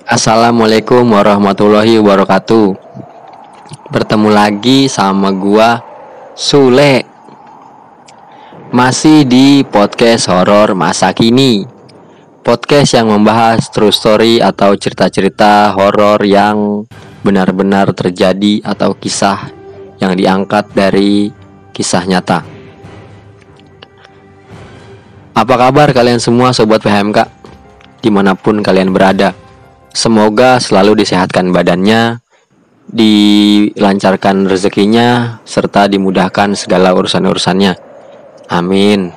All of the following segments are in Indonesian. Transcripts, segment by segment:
Assalamualaikum warahmatullahi wabarakatuh. Bertemu lagi sama gua Sule. Masih di podcast horor masa kini. Podcast yang membahas true story atau cerita-cerita horor yang benar-benar terjadi atau kisah yang diangkat dari kisah nyata. Apa kabar kalian semua sobat PHMK? Dimanapun kalian berada, semoga selalu disehatkan badannya, dilancarkan rezekinya, serta dimudahkan segala urusan-urusannya. Amin.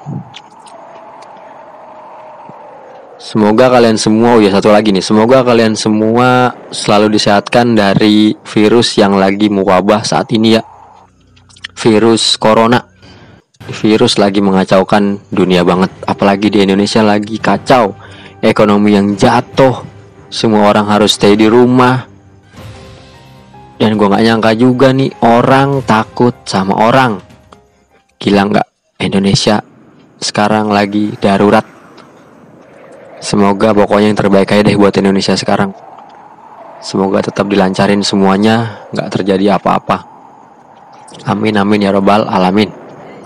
Semoga kalian semua, semoga kalian semua selalu disehatkan dari virus yang lagi mewabah saat ini ya. Virus corona. Virus lagi mengacaukan dunia banget, apalagi di Indonesia lagi kacau. Ekonomi yang jatuh, semua orang harus stay di rumah. Dan gue gak nyangka juga nih, orang takut sama orang. Gila gak? Indonesia sekarang lagi darurat. Semoga pokoknya yang terbaik aja deh buat Indonesia sekarang. Semoga tetap dilancarin semuanya, gak terjadi apa-apa. Amin amin ya robbal alamin.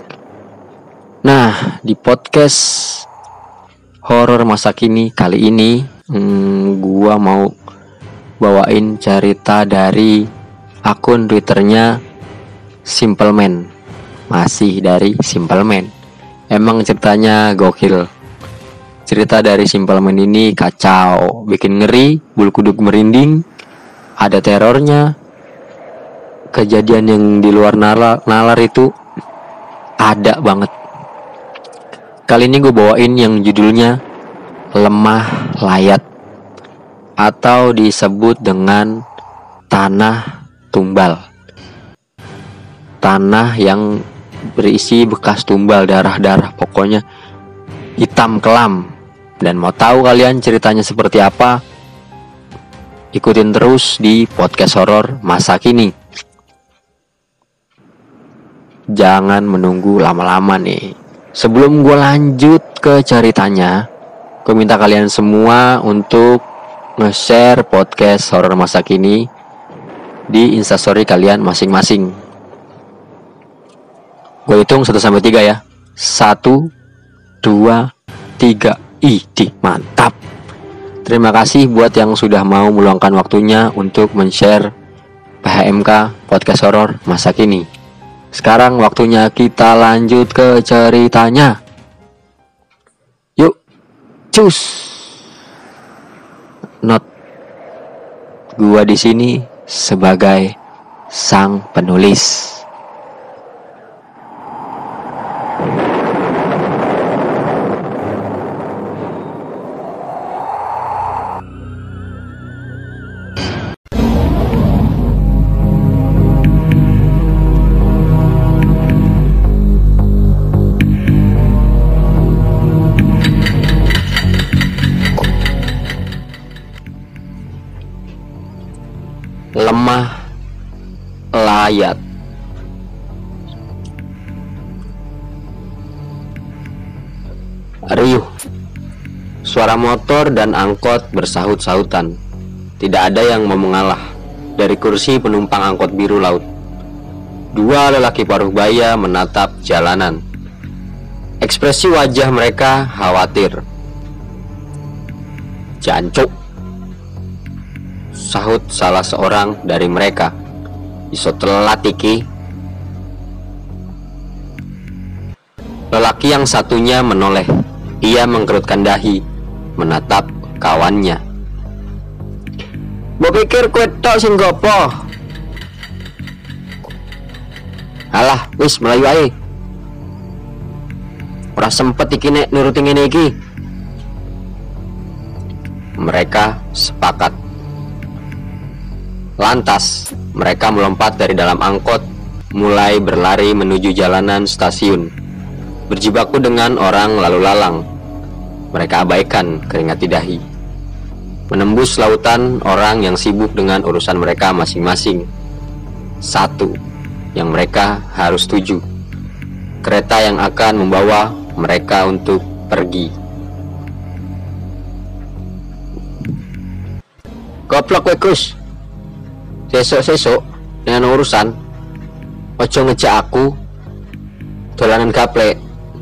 Nah, di podcast horor masa kini kali ini gua mau bawain cerita dari akun Twitternya Simple Man. Masih dari Simple Man. Emang ceritanya gokil. Cerita dari Simple Man ini kacau, bikin ngeri, bulu kuduk merinding, ada terornya. Kejadian yang di luar nalar itu ada banget. Kali ini gue bawain yang judulnya Lemah Layat, atau disebut dengan tanah tumbal. Tanah yang berisi bekas tumbal, darah-darah, pokoknya hitam kelam. Dan mau tahu kalian ceritanya seperti apa? Ikutin terus di podcast horor masa kini. Jangan menunggu lama-lama nih. Sebelum gue lanjut ke ceritanya, gue minta kalian semua untuk nge-share podcast horor masa kini di instastory kalian masing-masing. Gue hitung 1-3 ya. 1, 2, 3. Idih, mantap. Terima kasih buat yang sudah mau meluangkan waktunya untuk men-share PHMK podcast horor masa kini. Sekarang waktunya kita lanjut ke ceritanya. Yuk, cus. Not, gua di sini sebagai sang penulis. Lemah Layat. Riuh. Suara motor dan angkot bersahut-sahutan. Tidak ada yang mau mengalah. Dari kursi penumpang angkot biru laut, dua lelaki paruh baya menatap jalanan. Ekspresi wajah mereka khawatir. "Jancuk," sahut salah seorang dari mereka. "Iso telat iki." Lelaki yang satunya menoleh. Ia mengkerutkan dahi, menatap kawannya. "Mbok pikir kowe tok sing gopo? Alah, wis melayu ae. Ora sempet iki nek nuruti ngene iki." Mereka sepakat. Lantas, mereka melompat dari dalam angkot, mulai berlari menuju jalanan stasiun. Berjibaku dengan orang lalu lalang. Mereka abaikan keringat di dahi. Menembus lautan orang yang sibuk dengan urusan mereka masing-masing. Satu yang mereka harus tuju. Kereta yang akan membawa mereka untuk pergi. Goblok kowe Gus. Sesuk-sesuk nek ana urusan ojo ngejak aku dolanan gaplek.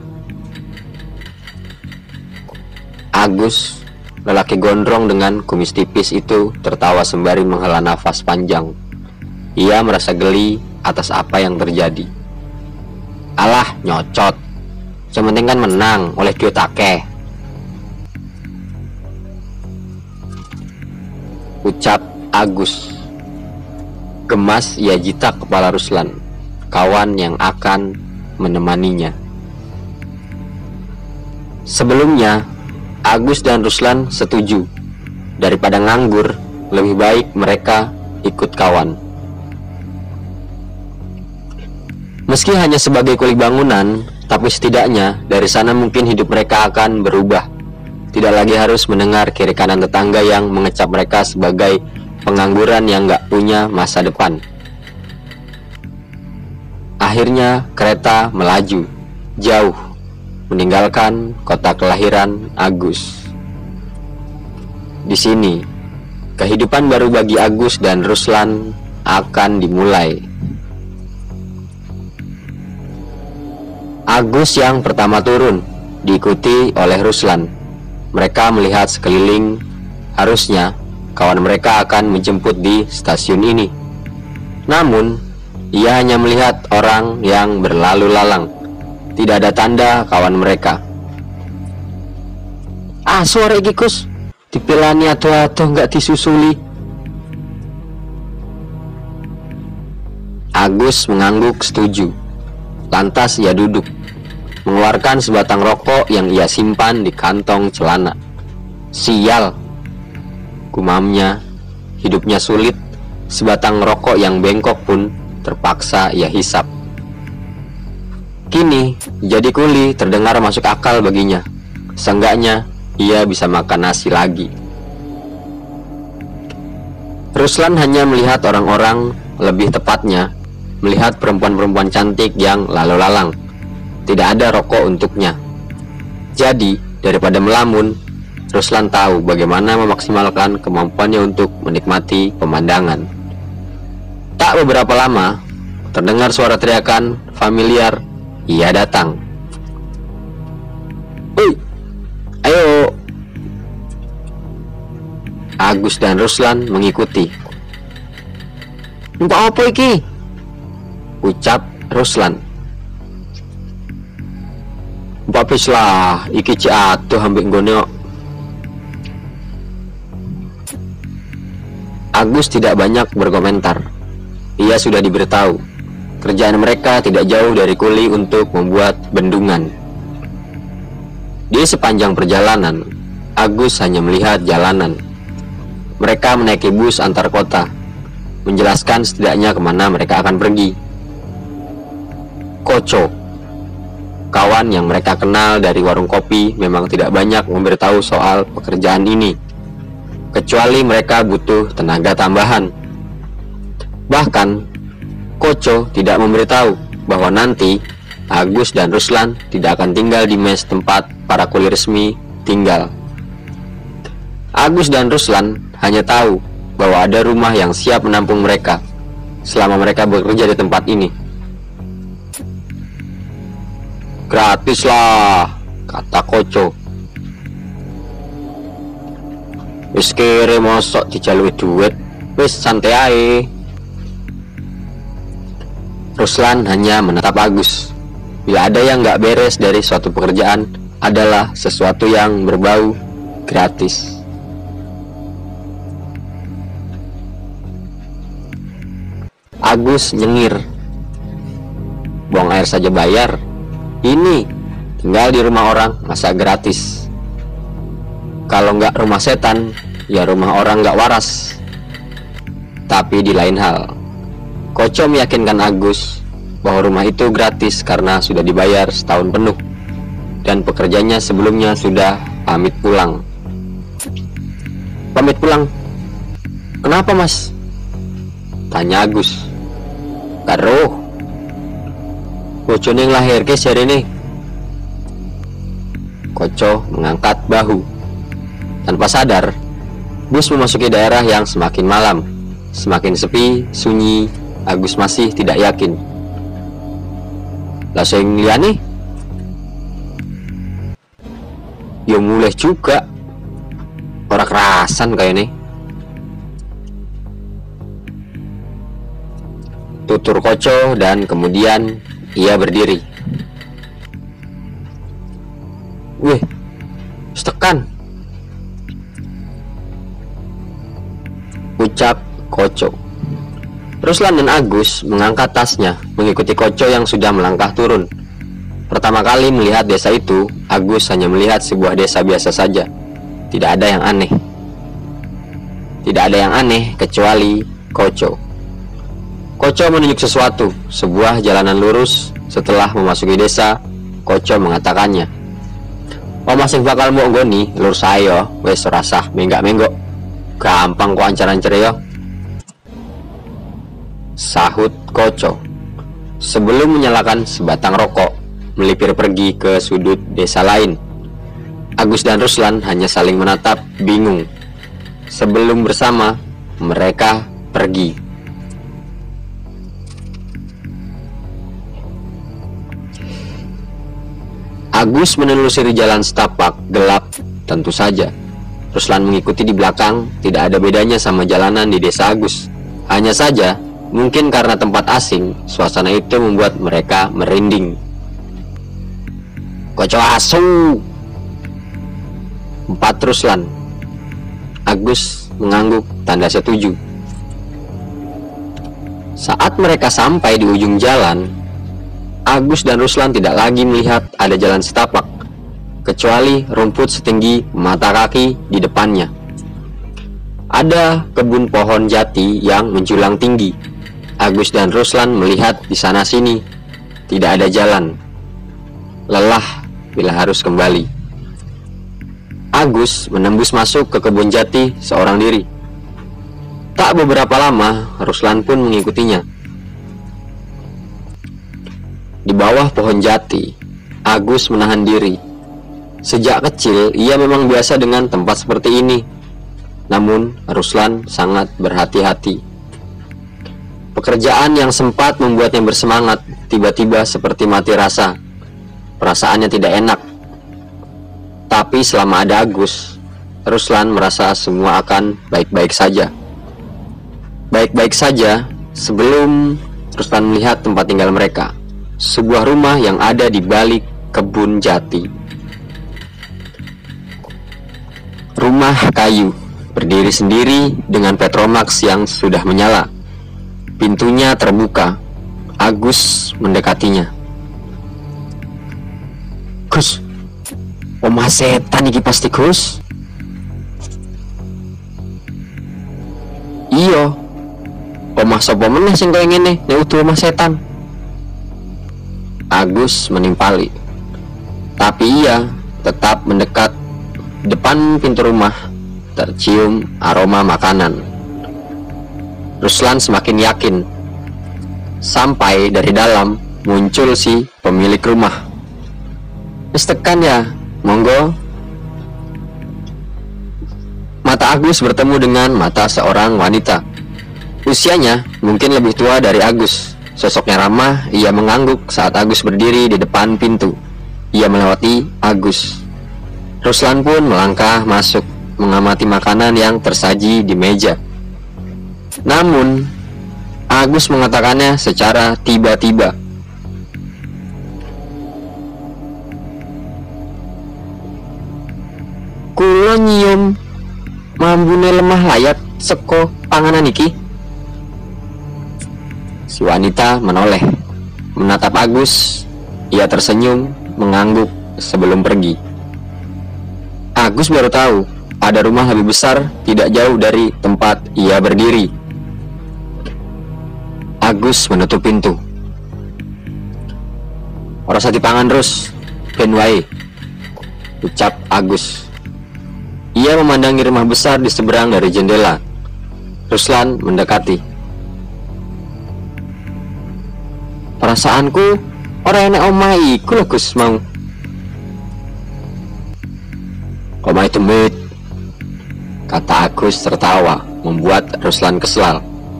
Agus, lelaki gondrong dengan kumis tipis itu, tertawa sembari menghela nafas panjang. Ia merasa geli atas apa yang terjadi. Alah, nyocot. Sementing kan menang oleh duit akeh, ucap Agus. Gemas ia jitak kepala Ruslan, kawan yang akan menemaninya. Sebelumnya, Agus dan Ruslan setuju, daripada nganggur, lebih baik mereka ikut kawan. Meski hanya sebagai kuli bangunan, tapi setidaknya dari sana mungkin hidup mereka akan berubah. Tidak lagi harus mendengar kiri kanan tetangga yang mengecap mereka sebagai pengangguran yang gak punya masa depan. Akhirnya kereta melaju jauh, meninggalkan kota kelahiran Agus. Di sini, kehidupan baru bagi Agus dan Ruslan akan dimulai. Agus yang pertama turun, diikuti oleh Ruslan. Mereka melihat sekeliling. Harusnya kawan mereka akan menjemput di stasiun ini. Namun, ia hanya melihat orang yang berlalu lalang. Tidak ada tanda kawan mereka. Suara iki Gus, dipilani ado-ado nggak disusuli. Agus mengangguk setuju. Lantas ia duduk, mengeluarkan sebatang rokok yang ia simpan di kantong celana. Sial, gumamnya. Hidupnya sulit, sebatang rokok yang bengkok pun terpaksa ia hisap. Kini, jadi kuli terdengar masuk akal baginya. Seenggaknya, ia bisa makan nasi lagi. Ruslan hanya melihat orang-orang, lebih tepatnya melihat perempuan-perempuan cantik yang lalu lalang. Tidak ada rokok untuknya. Jadi, daripada melamun, Ruslan tahu bagaimana memaksimalkan kemampuannya untuk menikmati pemandangan. Tak beberapa lama, terdengar suara teriakan familiar. Ia datang. Ayo. Agus dan Ruslan mengikuti. Mbak apa iki? Ucap Ruslan. Mbak bis lah, iki cik aduh ambek nggone. Agus tidak banyak berkomentar. Ia sudah diberitahu, kerjaan mereka tidak jauh dari kuli untuk membuat bendungan. Di sepanjang perjalanan, Agus hanya melihat jalanan. Mereka menaiki bus antar kota, menjelaskan setidaknya kemana mereka akan pergi. Koco, kawan yang mereka kenal dari warung kopi, memang tidak banyak memberitahu soal pekerjaan ini, kecuali mereka butuh tenaga tambahan. Bahkan, Koco tidak memberitahu bahwa nanti Agus dan Ruslan tidak akan tinggal di mes tempat para kuli resmi tinggal. Agus dan Ruslan hanya tahu bahwa ada rumah yang siap menampung mereka selama mereka bekerja di tempat ini. Gratis lah, kata Koco. Wis kere mosok dijaluki duit, wis santai ae. Ruslan hanya menatap Agus. Bila ada yang gak beres dari suatu pekerjaan, adalah sesuatu yang berbau gratis. Agus nyengir. Buang air saja bayar. Ini tinggal di rumah orang, masa gratis? Kalau nggak rumah setan, ya rumah orang nggak waras. Tapi di lain hal, Koco meyakinkan Agus bahwa rumah itu gratis karena sudah dibayar setahun penuh, dan pekerjanya sebelumnya sudah pamit pulang. Pamit pulang? Kenapa mas? Tanya Agus. Karo bojone nglahirke jarene. Koco mengangkat bahu. Tanpa sadar, Bus memasuki daerah yang semakin malam, semakin sepi, sunyi. Agus masih tidak yakin. Lah sing liyane? Ya mulai juga. Ora kerasan kayaknya. Tutur Koco dan kemudian ia berdiri. Wih, tekan, ucap Koco. Ruslan dan Agus mengangkat tasnya, mengikuti Koco yang sudah melangkah turun. Pertama kali melihat desa itu, Agus hanya melihat sebuah desa biasa saja. Tidak ada yang aneh. Tidak ada yang aneh kecuali Koco. Koco menunjuk sesuatu, sebuah jalanan lurus. Setelah memasuki desa, Koco mengatakannya. Omah sing bakal mbok nggoni lurus ayo, wis ora sah menggak-menggok. Gampang kok ancar-ancer yo. Sahut Koco sebelum menyalakan sebatang rokok, melipir pergi ke sudut desa lain. Agus dan Ruslan hanya saling menatap bingung. Sebelum bersama, mereka pergi. Agus menelusuri jalan setapak gelap, tentu saja. Ruslan mengikuti di belakang, tidak ada bedanya sama jalanan di desa Agus. Hanya saja, mungkin karena tempat asing, suasana itu membuat mereka merinding. Koco asu! 4 Ruslan. Agus mengangguk tanda setuju. Saat mereka sampai di ujung jalan, Agus dan Ruslan tidak lagi melihat ada jalan setapak, kecuali rumput setinggi mata kaki di depannya. Ada kebun pohon jati yang menjulang tinggi. Agus dan Ruslan melihat di sana sini, tidak ada jalan. Lelah bila harus kembali. Agus menembus masuk ke kebun jati seorang diri. Tak beberapa lama, Ruslan pun mengikutinya. Di bawah pohon jati, Agus menahan diri. Sejak kecil, ia memang biasa dengan tempat seperti ini. Namun, Ruslan sangat berhati-hati. Pekerjaan yang sempat membuatnya bersemangat, tiba-tiba seperti mati rasa. Perasaannya tidak enak. Tapi selama ada Agus, Ruslan merasa semua akan baik-baik saja. Baik-baik saja sebelum Ruslan melihat tempat tinggal mereka. Sebuah rumah yang ada di balik kebun jati. Rumah kayu, berdiri sendiri dengan Petromax yang sudah menyala. Pintunya terbuka. Agus mendekatinya. Gus, omah setan iki pasti Gus. Iya, omah sapa meneh sing kaya ngene nek utuh omah setan. Agus menimpali. Tapi ia tetap mendekat. Depan pintu rumah tercium aroma makanan. Ruslan semakin yakin. Sampai dari dalam muncul si pemilik rumah. Tekan ya, monggo. Mata Agus bertemu dengan mata seorang wanita. Usianya mungkin lebih tua dari Agus. Sosoknya ramah, ia mengangguk saat Agus berdiri di depan pintu. Ia melewati Agus. Ruslan pun melangkah masuk, mengamati makanan yang tersaji di meja. Namun, Agus mengatakannya secara tiba-tiba. Kula nyium mambune lemah layat seko panganan iki. Si wanita menoleh, menatap Agus. Ia tersenyum, mengangguk sebelum pergi. Agus baru tahu ada rumah lebih besar tidak jauh dari tempat ia berdiri. Agus menutup pintu. Ora sati pangan terus, ben wae, ucap Agus. Ia memandangi rumah besar di seberang dari jendela. Ruslan mendekati. Perasaanku ora enek omah iku lho Gus mau. Omah demit. kata Agus tertawa, membuat Ruslan kesal.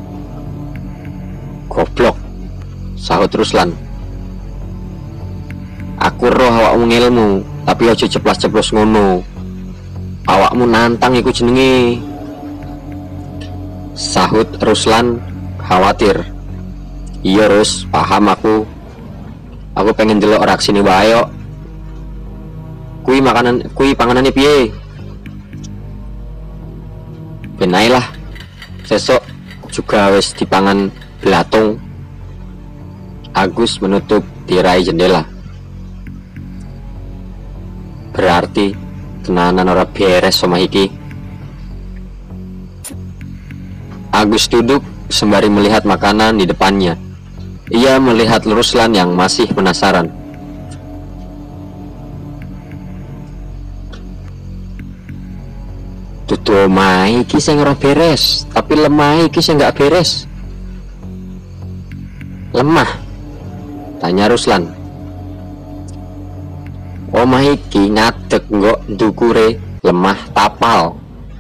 Goblok, sahut Ruslan. Aku roh awakmu ngilmu, tapi ojo ceplas-ceplos ngono. Awakmu nantang iku jenenge, sahut Ruslan khawatir. Iya Rus, paham aku pengen delok reaksine wae kok. Kui panganane piye? Benai lah, sesok juga wis dipangan belatung. Agus menutup tirai jendela. Berarti tenanan ora beres sama iki. Agus duduk sembari melihat makanan di depannya. Ia melihat Ruslan yang masih penasaran. Tutu omah iki sing ora beres, tapi lemah iki sing gak beres. Lemah? Tanya Ruslan. Omah iki ngadeg nggo ndukure lemah tapal.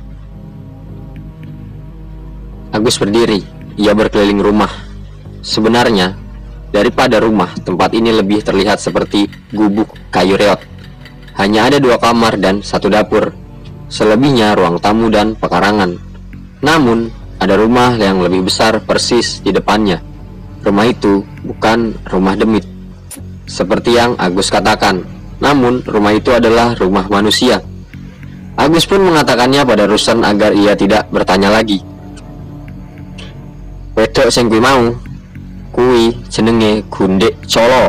Agus berdiri, ia berkeliling rumah. Sebenarnya, daripada rumah, tempat ini lebih terlihat seperti gubuk kayu reot. Hanya ada 2 kamar dan 1 dapur. Selebihnya ruang tamu dan pekarangan. Namun, ada rumah yang lebih besar persis di depannya. Rumah itu bukan rumah demit, seperti yang Agus katakan. Namun, rumah itu adalah rumah manusia. Agus pun mengatakannya pada Ruslan agar ia tidak bertanya lagi. Wedok sing kuwi mau, kuwi jenenge Gundek Colo.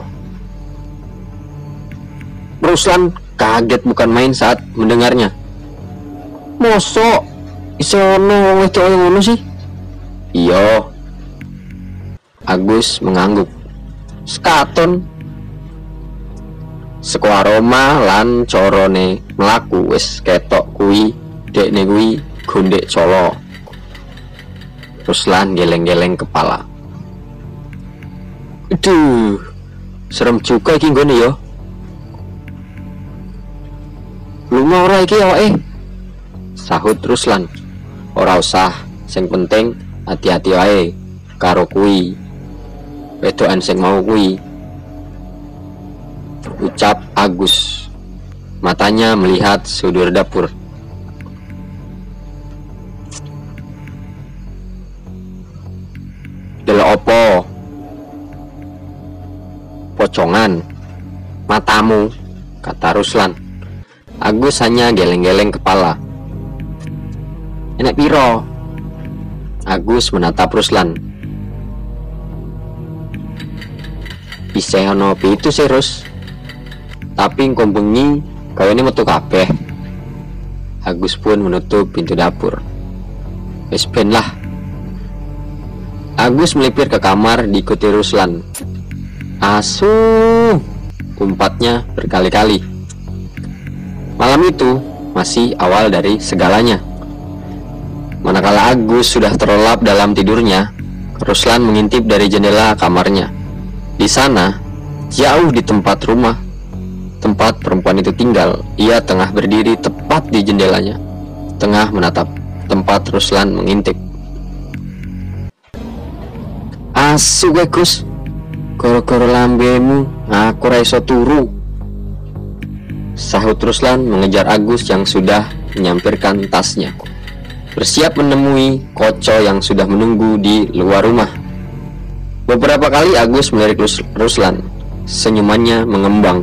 Ruslan kaget bukan main saat mendengarnya. Mosok iso ono wong wedok ngono sih? Iya. Agus mengangguk. Sekaton seko aroma lan corone mlaku wis ketok kuwi dekne kuwi Gundek Colo. Ruslan geleng-geleng kepala. Aduh, serem juga iki nggone ya. Lunga ora iki awake? Sahut Ruslan. Ora usah, sing penting hati-hati wae karo kuwi. Wedokan sing mau kuwi, ucap Agus. Matanya melihat sudut dapur. Delok opo? Pocongan matamu, kata Ruslan. Agus hanya geleng-geleng kepala. Enak piro? Agus menatap Ruslan. Isih ono pitu sih Rus, tapi engko bengi kayane metu kabeh. Agus pun menutup pintu dapur. Wis ben lah. Agus melipir ke kamar diikuti Ruslan. Asu, umpatnya berkali-kali. Malam itu masih awal dari segalanya. Manakala Agus sudah terlelap dalam tidurnya, Ruslan mengintip dari jendela kamarnya. Di sana, jauh di tempat perempuan itu tinggal, ia tengah berdiri tepat di jendelanya, tengah menatap tempat Ruslan mengintip. Asu gue Gus, goro-goro lambemu, aku ra iso turu, sahut Ruslan mengejar Agus yang sudah menyampirkan tasnya, bersiap menemui Koco yang sudah menunggu di luar rumah. Beberapa kali Agus melirik Ruslan, senyumannya mengembang.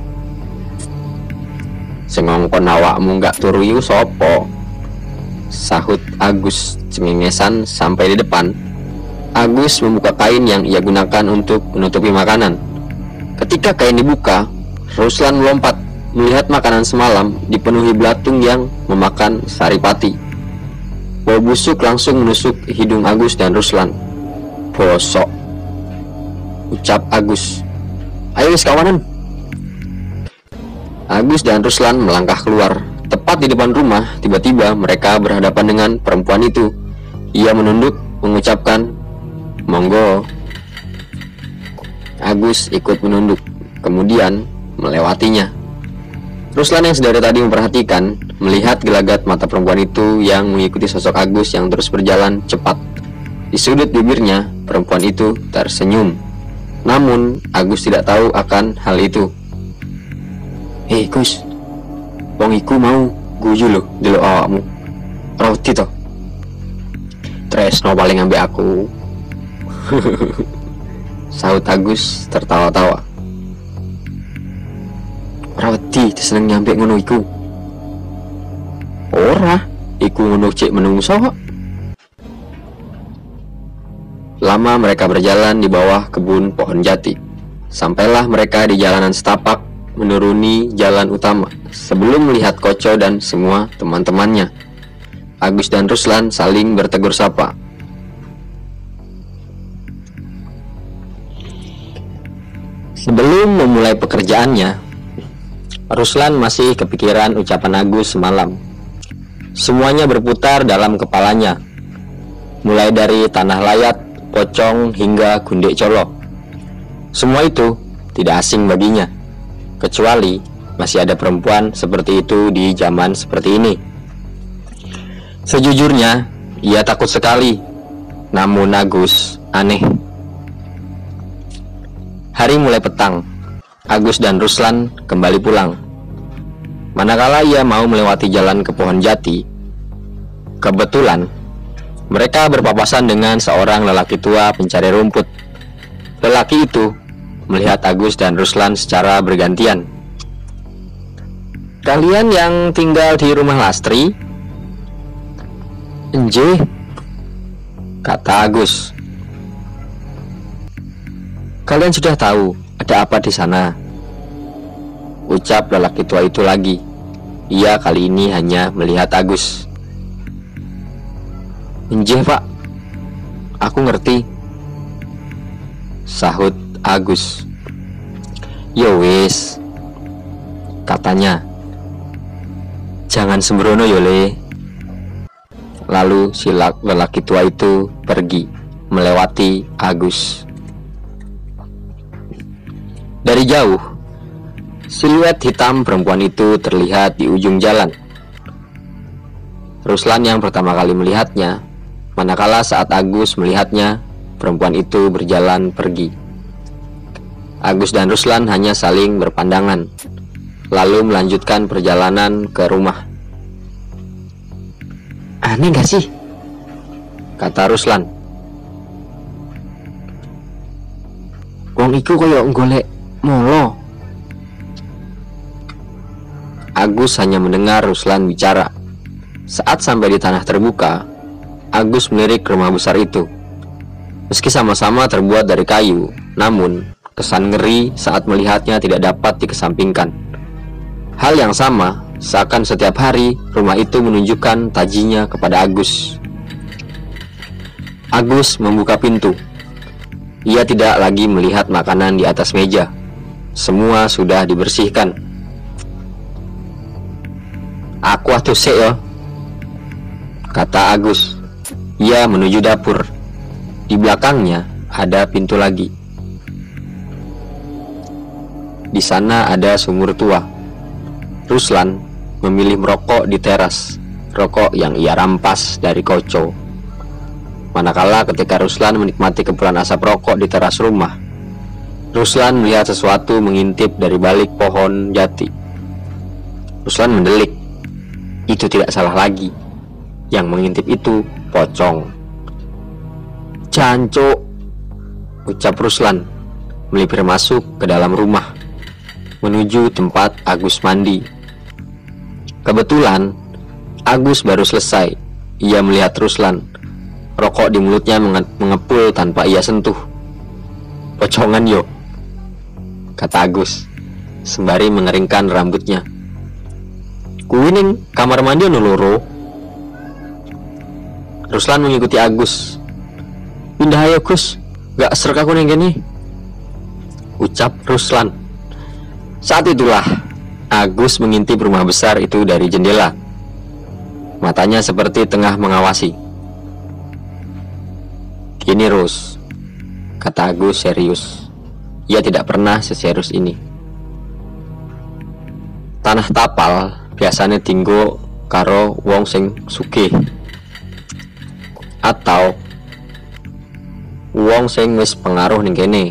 Sengongkon awakmu gak turu iku sopo? Sahut Agus cengengesan sampai di depan. Agus membuka kain yang ia gunakan untuk menutupi makanan. Ketika kain dibuka, Ruslan melompat melihat makanan semalam dipenuhi belatung yang memakan saripati. Bau busuk langsung menusuk hidung Agus dan Ruslan. Bosok, ucap Agus. Ayo wis kawanan. Agus dan Ruslan melangkah keluar. Tepat di depan rumah, tiba-tiba mereka berhadapan dengan perempuan itu. Ia menunduk mengucapkan, "Monggo." Agus ikut menunduk, kemudian melewatinya. Ruslan yang sedari tadi memperhatikan, melihat gelagat mata perempuan itu yang mengikuti sosok Agus yang terus berjalan cepat. Di sudut bibirnya, perempuan itu tersenyum. Namun, Agus tidak tahu akan hal itu. "Hei Gus, wong iku mau guyu lho delok awakmu. Roti to. Tresno paling ambek aku." Sahut Agus tertawa-tawa. "Ora wedi diseneng nyampe ngono iku." "Ora, iku ngono cek menungso kok." Lama mereka berjalan di bawah kebun pohon jati. Sampailah mereka di jalanan setapak menuruni jalan utama sebelum melihat Koco dan semua teman-temannya. Agus dan Ruslan saling bertegur sapa. Sebelum memulai pekerjaannya, Ruslan masih kepikiran ucapan Agus semalam. Semuanya berputar dalam kepalanya, mulai dari tanah layat, pocong, hingga gundek colok. Semua itu tidak asing baginya, kecuali masih ada perempuan seperti itu di zaman seperti ini. Sejujurnya, ia takut sekali, namun Agus aneh. Hari mulai petang. Agus dan Ruslan kembali pulang. Manakala ia mau melewati jalan ke pohon jati, kebetulan mereka berpapasan dengan seorang lelaki tua pencari rumput. Lelaki itu melihat Agus dan Ruslan secara bergantian. "Kalian yang tinggal di rumah Lastri?" "Enjeh," kata Agus. "Kalian sudah tahu ada apa di sana?" ucap lelaki tua itu lagi. Ia kali ini hanya melihat Agus. "Enjeh pak, aku ngerti," sahut Agus. "Yo wis," katanya, "jangan sembrono yo le." Lalu si lelaki tua itu pergi melewati Agus. Dari jauh, siluet hitam perempuan itu terlihat di ujung jalan. Ruslan yang pertama kali melihatnya, manakala saat Agus melihatnya, perempuan itu berjalan pergi. Agus dan Ruslan hanya saling berpandangan, lalu melanjutkan perjalanan ke rumah. "Aneh gak sih?" kata Ruslan. "Wong iku koyo golek molo." Agus hanya mendengar Ruslan bicara. Saat sampai di tanah terbuka, Agus melirik rumah besar itu. Meski sama-sama terbuat dari kayu, namun kesan ngeri saat melihatnya tidak dapat dikesampingkan. Hal yang sama, seakan setiap hari rumah itu menunjukkan tajinya kepada Agus. Agus membuka pintu. Ia tidak lagi melihat makanan di atas meja. Semua sudah dibersihkan. "Aku atuh sik yo," kata Agus. Ia menuju dapur. Di belakangnya ada pintu lagi. Di sana ada sumur tua. Ruslan memilih merokok di teras, rokok yang ia rampas dari Koco. Manakala ketika Ruslan menikmati kepulan asap rokok di teras rumah, Ruslan melihat sesuatu mengintip dari balik pohon jati. Ruslan mendelik. Itu tidak salah lagi. Yang mengintip itu pocong. "Jancuk," ucap Ruslan, melipir masuk ke dalam rumah, menuju tempat Agus mandi. Kebetulan Agus baru selesai. Ia melihat Ruslan. Rokok di mulutnya mengepul tanpa ia sentuh. "Pocongan yo," kata Agus, sembari mengeringkan rambutnya. "Kuwi ning kamar mandi ono loro." Ruslan mengikuti Agus. "Pindah ayo Gus, gak serk aku ning kene," ucap Ruslan. Saat itulah Agus mengintip rumah besar itu dari jendela. Matanya seperti tengah mengawasi. "Gini Rus," kata Agus serius. Ia tidak pernah seserius ini. Tanah tapal biasanya tinggo karo wong sing sugih atau wong sing wis pengaruh ning kene.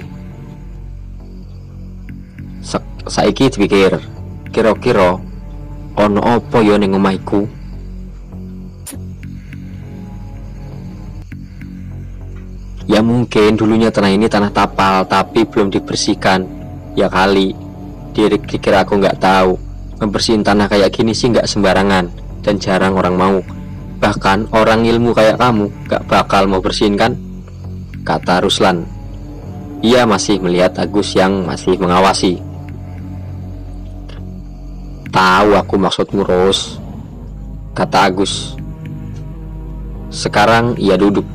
Saiki dipikir, kira-kira ono apa ya ning omahku? Ya mungkin dulunya tanah ini tanah tapal tapi belum dibersihkan. Ya kali dikira aku nggak tahu. Ngebersihin tanah kayak gini sih nggak sembarangan dan jarang orang mau. Bahkan orang ilmu kayak kamu nggak bakal mau bersihin kan? Kata Ruslan. Ia masih melihat Agus yang masih mengawasi. Tahu aku maksudmu, Ros, kata Agus. Sekarang ia duduk.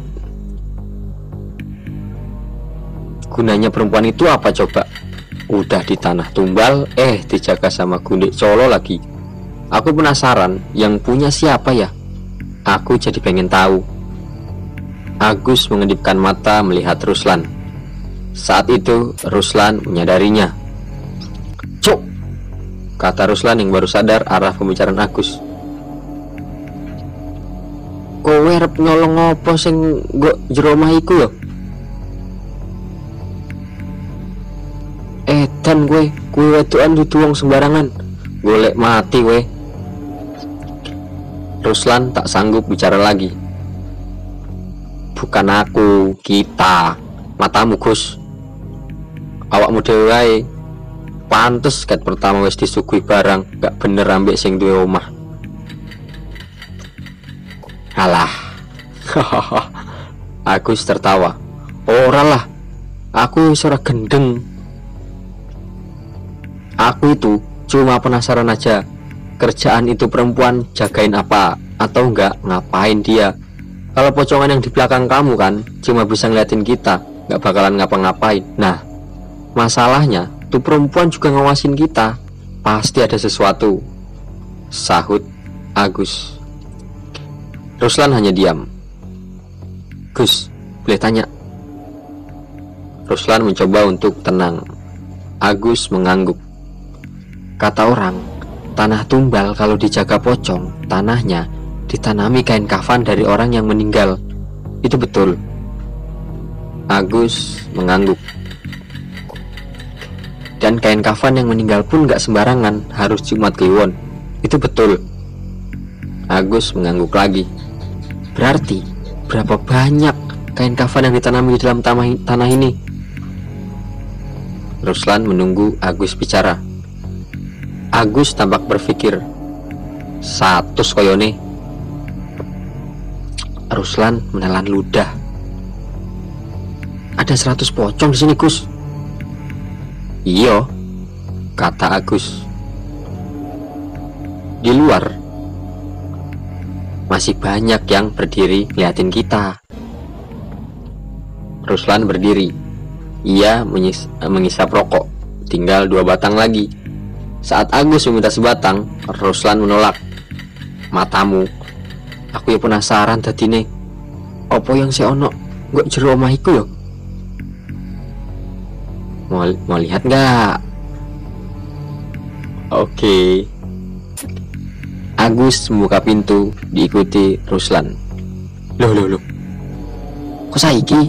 Gunanya perempuan itu apa coba? Udah di tanah tumbal, dijaga sama gundik colo lagi. Aku penasaran, yang punya siapa ya? Aku jadi pengen tahu. Agus mengedipkan mata melihat Ruslan. Saat itu Ruslan menyadarinya. Cuk, kata Ruslan yang baru sadar arah pembicaraan Agus. Kowe arep nyolong apa sing nggo jero omah iku ya? Dan kue wedokan dudu wong sembarangan, golek mati we. Ruslan tak sanggup bicara lagi. Bukan aku, kita. Matamu, Gus. Awakmu dhewe wae. Pantes ket pertama wis disuguhi barang, gak bener ambek sing duwe omah. Alah. Agus tertawa. Ora lah. Aku wis ora gendeng. Aku itu cuma penasaran aja, kerjaan itu perempuan jagain apa atau enggak ngapain dia. Kalau pocongan yang di belakang kamu kan cuma bisa ngeliatin kita, nggak bakalan ngapa-ngapain. Nah, masalahnya tuh perempuan juga ngawasin kita, pasti ada sesuatu, sahut Agus. Ruslan hanya diam. Gus, boleh tanya? Ruslan mencoba untuk tenang. Agus mengangguk. Kata orang, tanah tumbal kalau dijaga pocong, tanahnya ditanami kain kafan dari orang yang meninggal. Itu betul. Agus mengangguk. Dan kain kafan yang meninggal pun gak sembarangan, harus Jumat Kliwon. Itu betul. Agus mengangguk lagi. Berarti berapa banyak kain kafan yang ditanami di dalam tanah ini? Ruslan menunggu Agus bicara. Agus tampak berpikir. 100 koyone. Ruslan menelan ludah. Ada 100 pocong di sini, Gus. Iya, kata Agus. Di luar masih banyak yang berdiri liatin kita. Ruslan berdiri. Ia mengisap rokok. Tinggal 2 batang lagi. Saat Agus meminta sebatang, Ruslan menolak. Matamu, aku ya penasaran dadine. Apa yang si ono nggak jero omah iku ya? Mau lihat nggak? Oke. Agus membuka pintu diikuti Ruslan. Loh. Kok saiki?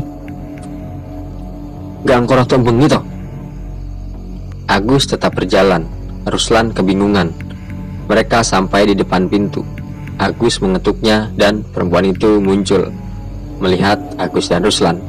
Gak angkor atau bengi toh? Agus tetap berjalan. Ruslan kebingungan. Mereka sampai di depan pintu. Agus mengetuknya dan perempuan itu muncul melihat Agus dan Ruslan.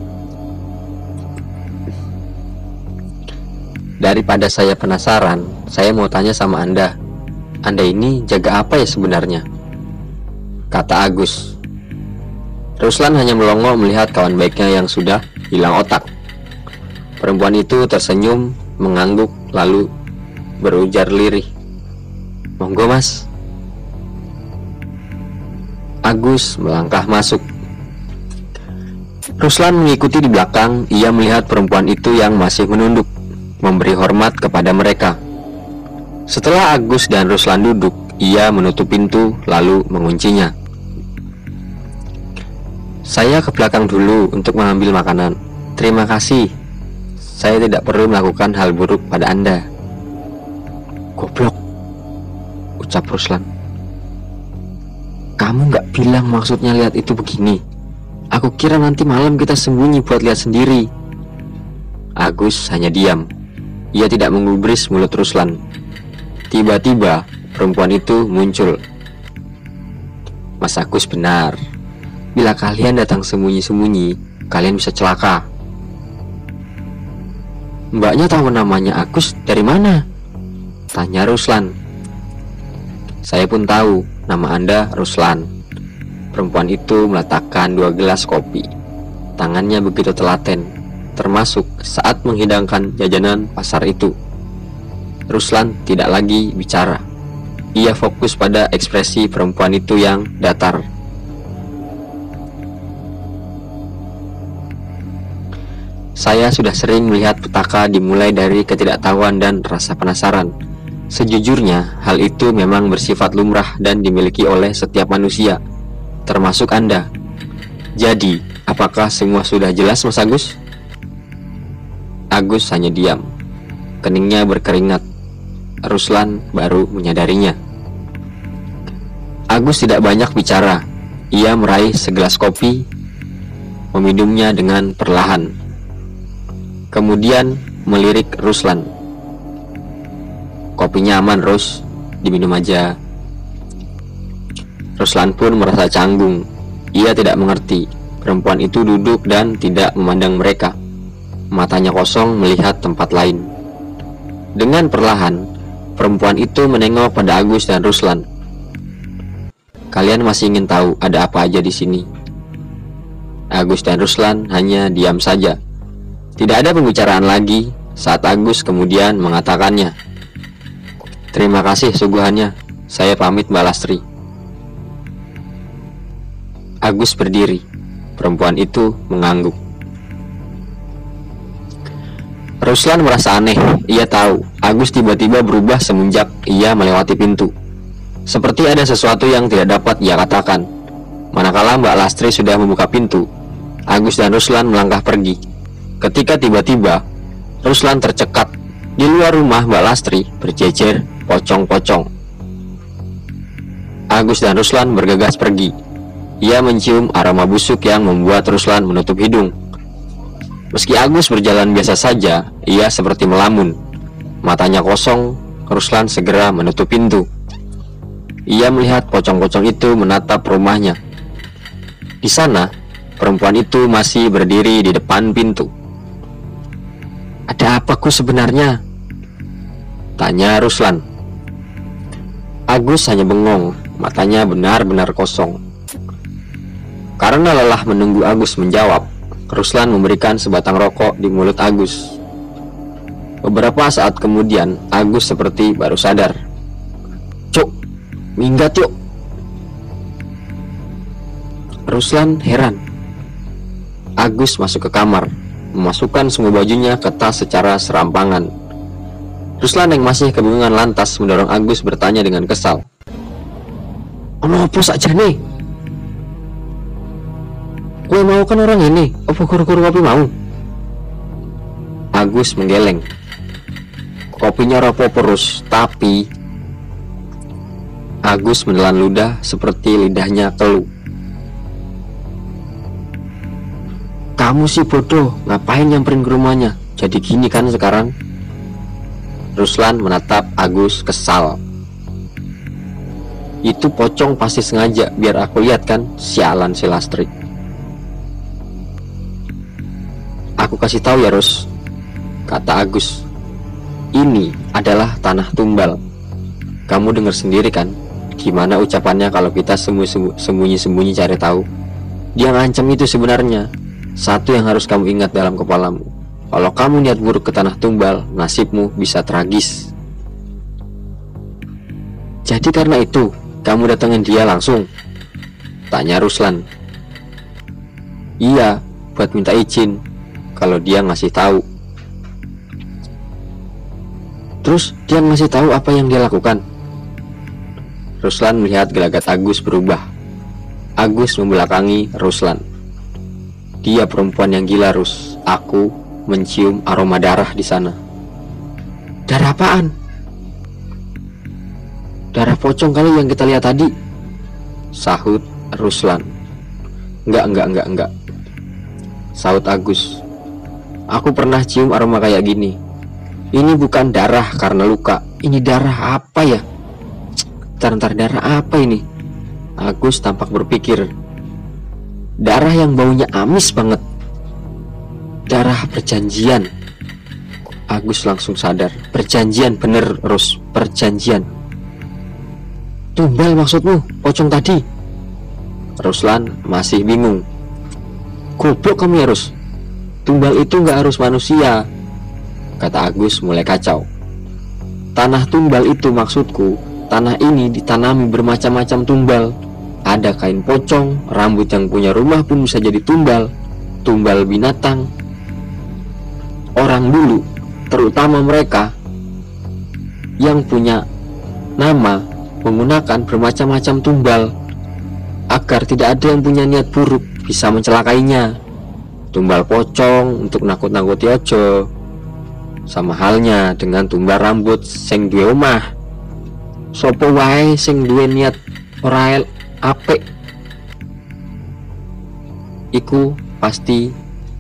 Daripada saya penasaran, saya mau tanya sama Anda. Anda ini jaga apa ya sebenarnya? Kata Agus. Ruslan hanya melongo melihat kawan baiknya yang sudah hilang otak. Perempuan itu tersenyum, mengangguk, lalu berujar lirih. Monggo mas. Agus melangkah masuk. Ruslan mengikuti di belakang. Ia melihat perempuan itu yang masih menunduk, memberi hormat kepada mereka. Setelah Agus dan Ruslan duduk, ia menutup pintu lalu menguncinya. Saya ke belakang dulu untuk mengambil makanan. Terima kasih. Saya tidak perlu melakukan hal buruk pada Anda. Goblok, ucap Ruslan. Kamu gak bilang maksudnya lihat itu begini. Aku kira nanti malam kita sembunyi buat lihat sendiri. Agus hanya diam. Ia tidak menggubris mulut Ruslan. Tiba-tiba perempuan itu muncul. Mas Agus benar. Bila kalian datang sembunyi-sembunyi, kalian bisa celaka. Mbaknya tahu namanya Agus dari mana? Tanya Ruslan. Saya pun tahu nama Anda Ruslan. Perempuan itu meletakkan 2 gelas kopi. Tangannya begitu telaten, termasuk saat menghidangkan jajanan pasar itu. Ruslan tidak lagi bicara. Ia fokus pada ekspresi perempuan itu yang datar. Saya sudah sering melihat petaka dimulai dari ketidaktahuan dan rasa penasaran. Sejujurnya, hal itu memang bersifat lumrah dan dimiliki oleh setiap manusia, termasuk Anda. Jadi, apakah semua sudah jelas, Mas Agus? Agus hanya diam. Keningnya berkeringat. Ruslan baru menyadarinya. Agus tidak banyak bicara. Ia meraih segelas kopi, meminumnya dengan perlahan. Kemudian melirik Ruslan. Kopinya aman, Rus. Diminum aja. Ruslan pun merasa canggung. Ia tidak mengerti. Perempuan itu duduk dan tidak memandang mereka. Matanya kosong melihat tempat lain. Dengan perlahan, perempuan itu menengok pada Agus dan Ruslan. Kalian masih ingin tahu ada apa aja di sini? Agus dan Ruslan hanya diam saja. Tidak ada pembicaraan lagi saat Agus kemudian mengatakannya. Terima kasih suguhannya. Saya pamit, Mbak Lastri. Agus berdiri. Perempuan itu mengangguk. Ruslan merasa aneh. Ia tahu Agus tiba-tiba berubah semenjak ia melewati pintu. Seperti ada sesuatu yang tidak dapat ia katakan. Manakala Mbak Lastri sudah membuka pintu, Agus dan Ruslan melangkah pergi. Ketika tiba-tiba Ruslan tercekat. Di luar rumah Mbak Lastri berjejer pocong-pocong. Agus dan Ruslan bergegas pergi. Ia mencium aroma busuk yang membuat Ruslan menutup hidung. Meski Agus berjalan biasa saja, ia seperti melamun. Matanya kosong. Ruslan segera menutup pintu. Ia melihat pocong-pocong itu menatap rumahnya. Di sana, perempuan itu masih berdiri di depan pintu. Ada apaku sebenarnya? Tanya Ruslan. Agus hanya bengong. Matanya benar-benar kosong. Karena lelah menunggu Agus menjawab, Ruslan memberikan sebatang rokok di mulut Agus. Beberapa saat kemudian, Agus seperti baru sadar. Cuk, minggat yuk. Ruslan heran. Agus masuk ke kamar, memasukkan semua bajunya ke tas secara serampangan. Ruslan yang masih kebingungan lantas mendorong Agus bertanya dengan kesal. Ono apa saja nih? Kue mau kan orang ini? Apa guru-guru kopi mau? Agus menggeleng. Kopinya rapuh perus, tapi Agus menelan ludah seperti lidahnya keluh. Kamu sih bodoh, ngapain nyamperin ke rumahnya? Jadi gini kan sekarang? Ruslan menatap Agus kesal. Itu pocong pasti sengaja biar aku lihat kan, sialan si Lastri. Aku kasih tahu ya Rus, kata Agus. Ini adalah tanah tumbal. Kamu dengar sendiri kan, gimana ucapannya kalau kita sembunyi-sembunyi cari tahu. Dia ngancam itu sebenarnya. Satu yang harus kamu ingat dalam kepalamu, kalau kamu niat buruk ke tanah tumbal, nasibmu bisa tragis. Jadi karena itu kamu datengin dia langsung? Tanya Ruslan. Iya, buat minta izin kalau dia ngasih tahu. Terus dia ngasih tahu apa yang dia lakukan? Ruslan melihat gelagat Agus berubah. Agus membelakangi Ruslan. Dia perempuan yang gila, Rus. Aku mencium aroma darah di sana. Darah apaan? Darah pocong kali yang kita lihat tadi, sahut Ruslan. Enggak, sahut Agus. Aku pernah cium aroma kayak gini. Ini bukan darah karena luka. Ini darah apa ya? Ntar darah apa ini? Agus tampak berpikir. Darah yang baunya amis banget. Darah perjanjian. Agus langsung sadar. Perjanjian, bener Rus, perjanjian. Tumbal maksudmu, pocong tadi? Ruslan masih bingung. Goblok kamu ya Rus. Tumbal itu gak harus manusia, kata Agus mulai kacau. Tanah tumbal itu maksudku. Tanah ini ditanami bermacam-macam tumbal. Ada kain pocong, rambut yang punya rumah pun bisa jadi tumbal. Tumbal binatang. Orang dulu, terutama mereka yang punya nama, menggunakan bermacam-macam tumbal agar tidak ada yang punya niat buruk bisa mencelakainya. Tumbal pocong untuk nakut-nakuti ojo. Sama halnya dengan tumbal rambut sing duwe omah. Sopo wae sing duwe niat ora apik iku pasti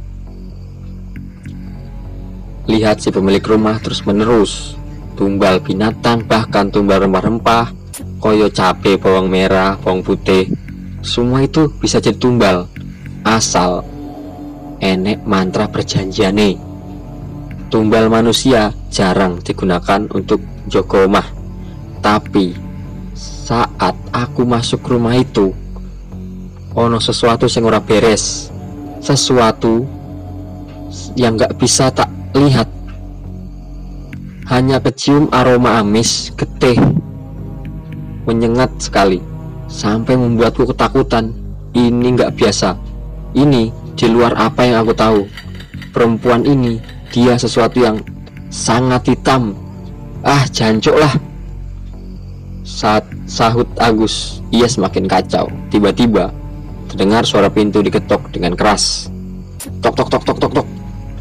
lihat si pemilik rumah terus menerus. Tumbal binatang, bahkan tumbal rempah-rempah, koyo cabe, bawang merah, bawang putih, semua itu bisa jadi tumbal asal enek mantra perjanjiane. Tumbal manusia jarang digunakan untuk jaga omah. Tapi saat aku masuk rumah itu, ono sesuatu yang ora beres. Sesuatu yang gak bisa tak lihat. Hanya kecium aroma amis, getih, menyengat sekali, sampai membuatku ketakutan. Ini gak biasa. Ini di luar apa yang aku tahu. Perempuan ini, dia sesuatu yang sangat hitam. Ah, jancuk lah, saat sahut Agus. Ia semakin kacau. Tiba-tiba terdengar suara pintu diketok dengan keras. Tok tok tok tok tok tok.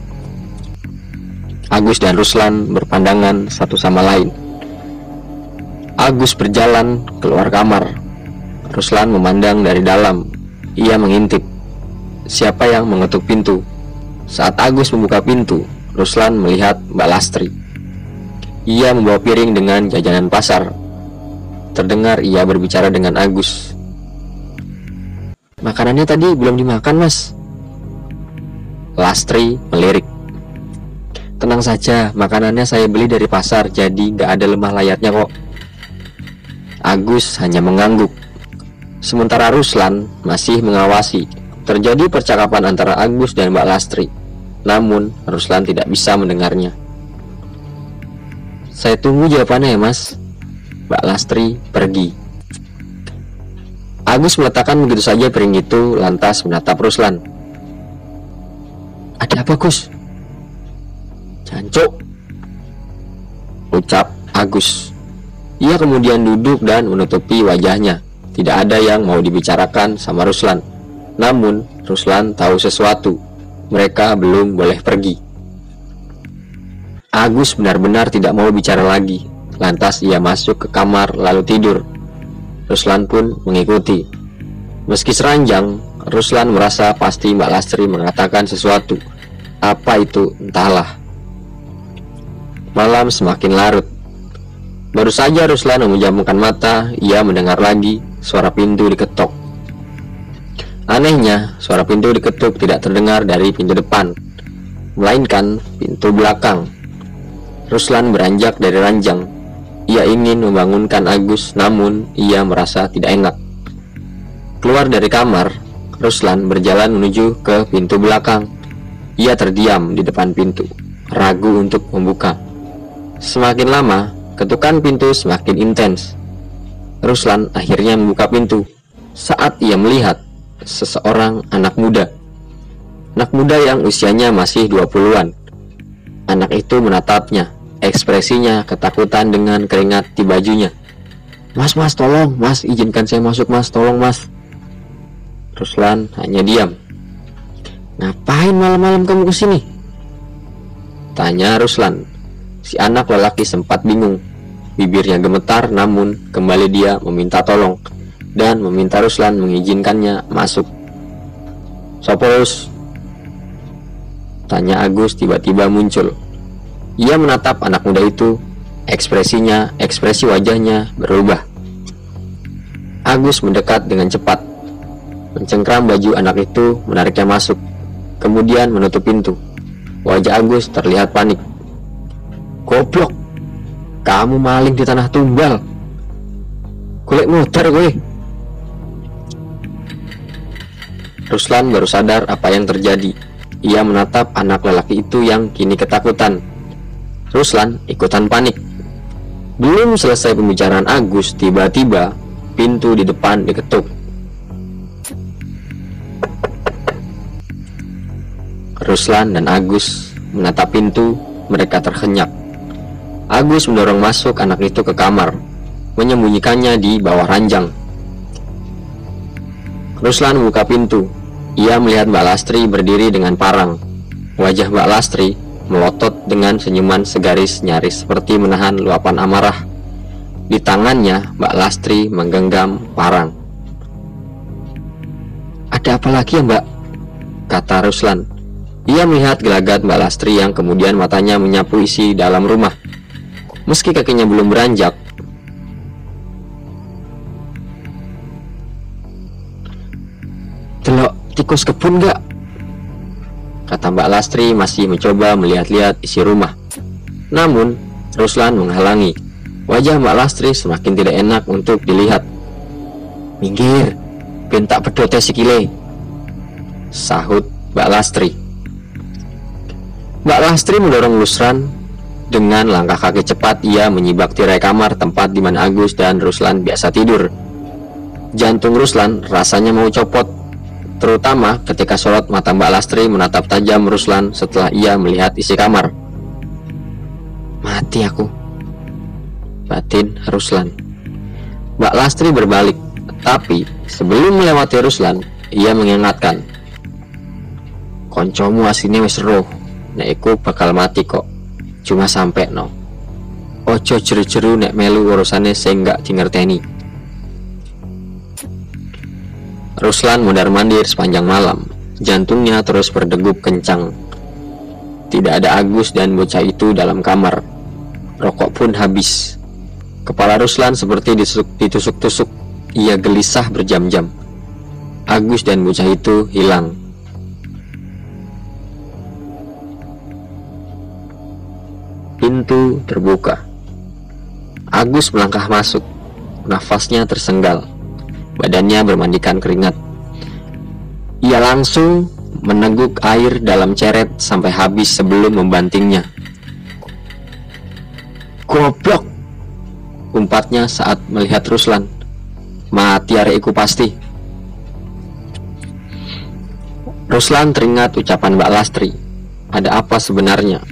Agus dan Ruslan berpandangan satu sama lain. Agus berjalan keluar kamar. Ruslan memandang dari dalam. Ia mengintip siapa yang mengetuk pintu. Saat Agus membuka pintu, Ruslan melihat Mbak Lastri. Ia membawa piring dengan jajanan pasar. Terdengar ia berbicara dengan Agus. Makanannya tadi belum dimakan, Mas. Lastri melirik. Tenang saja, makanannya saya beli dari pasar, jadi gak ada lemah layarnya kok. Agus hanya mengangguk. Sementara Ruslan masih mengawasi. Terjadi percakapan antara Agus dan Mbak Lastri. Namun Ruslan tidak bisa mendengarnya. Saya tunggu jawabannya ya, Mas. Mbak Lastri pergi. Agus meletakkan begitu saja piring itu, lantas menatap Ruslan. Ada apa, Gus? Jancuk, ucap Agus. Ia kemudian duduk dan menutupi wajahnya. Tidak ada yang mau dibicarakan sama Ruslan. Namun Ruslan tahu sesuatu. Mereka belum boleh pergi. Agus benar-benar tidak mau bicara lagi. Lantas ia masuk ke kamar lalu tidur. Ruslan pun mengikuti. Meski seranjang, Ruslan merasa pasti Mbak Lastri mengatakan sesuatu. Apa itu entahlah. Malam semakin larut. Baru saja Ruslan memejamkan mata, ia mendengar lagi suara pintu diketok. Anehnya, suara pintu diketuk tidak terdengar dari pintu depan, melainkan pintu belakang. Ruslan beranjak dari ranjang. Ia ingin membangunkan Agus, namun ia merasa tidak enak. Keluar dari kamar, Ruslan berjalan menuju ke pintu belakang. Ia terdiam di depan pintu, ragu untuk membuka. Semakin lama, ketukan pintu semakin intens. Ruslan akhirnya membuka pintu. Saat ia melihat seseorang anak muda. Anak muda yang usianya masih 20-an. Anak itu menatapnya. Ekspresinya ketakutan dengan keringat di bajunya. Mas, tolong, Mas, izinkan saya masuk, Mas, tolong, Mas. Ruslan hanya diam. Ngapain malam-malam kamu kesini? Tanya Ruslan. Si anak lelaki sempat bingung. bibirnya gemetar, namun kembali dia meminta tolong dan meminta Ruslan mengizinkannya masuk. "Sopos?" tanya Agus tiba-tiba muncul. Ia menatap anak muda itu, ekspresi wajahnya berubah. Agus mendekat dengan cepat, mencengkram baju anak itu, menariknya masuk, kemudian menutup pintu. Wajah Agus terlihat panik. "Goblok, kamu maling di tanah tumbal. Golek modar gue." Ruslan baru sadar apa yang terjadi. Ia menatap anak lelaki itu yang kini ketakutan. Ruslan ikutan panik. Belum selesai pembicaraan Agus, tiba-tiba pintu di depan diketuk. Ruslan dan Agus menatap pintu, mereka terhenyak. Agus mendorong masuk anak itu ke kamar, menyembunyikannya di bawah ranjang. Ruslan membuka pintu. Ia melihat Mbak Lastri berdiri dengan parang. Wajah Mbak Lastri melotot dengan senyuman segaris, nyaris seperti menahan luapan amarah. Di tangannya Mbak Lastri menggenggam parang. "Ada apa lagi ya, Mbak?" kata Ruslan. Ia melihat gelagat Mbak Lastri yang kemudian matanya menyapu isi dalam rumah. Meski kakinya belum beranjak, "Delok tikus kebun gak?" kata Mbak Lastri masih mencoba melihat-lihat isi rumah. Namun Ruslan menghalangi. Wajah Mbak Lastri semakin tidak enak untuk dilihat. "Minggir, ben tak pedote sikile," sahut Mbak Lastri. Mbak Lastri mendorong Ruslan. Dengan langkah kaki cepat ia menyibak tirai kamar tempat di mana Agus dan Ruslan biasa tidur. Jantung Ruslan rasanya mau copot, terutama ketika sorot mata Mbak Lastri menatap tajam Ruslan setelah ia melihat isi kamar. "Mati aku," batin Ruslan. Mbak Lastri berbalik, tapi sebelum melewati Ruslan, ia mengingatkan, "Koncomu asine wis roh, nek iku bakal mati kok. Cuma sampe no. Ojo jeru-jeru nek melu urusane sing gak dingerteni." Ruslan mondar-mandir sepanjang malam. Jantungnya terus berdegup kencang. Tidak ada Agus dan bocah itu dalam kamar. Rokok pun habis. Kepala Ruslan seperti ditusuk-tusuk. Ia gelisah berjam-jam. Agus dan bocah itu hilang. Pintu terbuka. Agus melangkah masuk. Nafasnya tersenggal. Badannya bermandikan keringat. Ia langsung meneguk air dalam ceret sampai habis sebelum membantingnya. "Goblok!" umpatnya saat melihat Ruslan. "Mati arekku pasti." Ruslan teringat ucapan Mbak Lastri. Ada apa sebenarnya?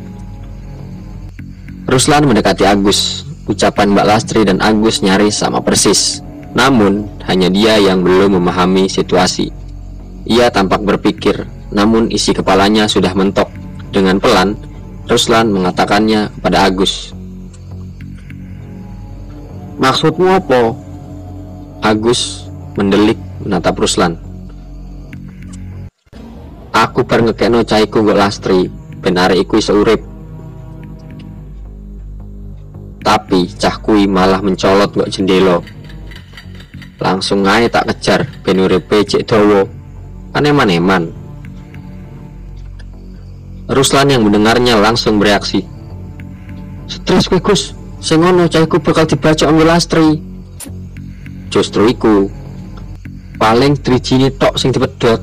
Ruslan mendekati Agus. Ucapan Mbak Lastri dan Agus nyaris sama persis. Namun, hanya dia yang belum memahami situasi. Ia tampak berpikir, namun isi kepalanya sudah mentok. Dengan pelan, Ruslan mengatakannya kepada Agus. "Maksudmu apa?" Agus mendelik menatap Ruslan. "Aku bar ngekekno caiku nggo Lastri, ben arek iku iso urip. Tapi cah kui malah mencolot nggo jendela. Langsung ae tak kejar ben uripe cek dawa. Kan eman-eman." Ruslan yang mendengarnya langsung bereaksi. "Stres kowe Gus, sing ngono cahku bakal dibacok nggo Lastri." "Justru iku paling drijine tok sing dipedhot."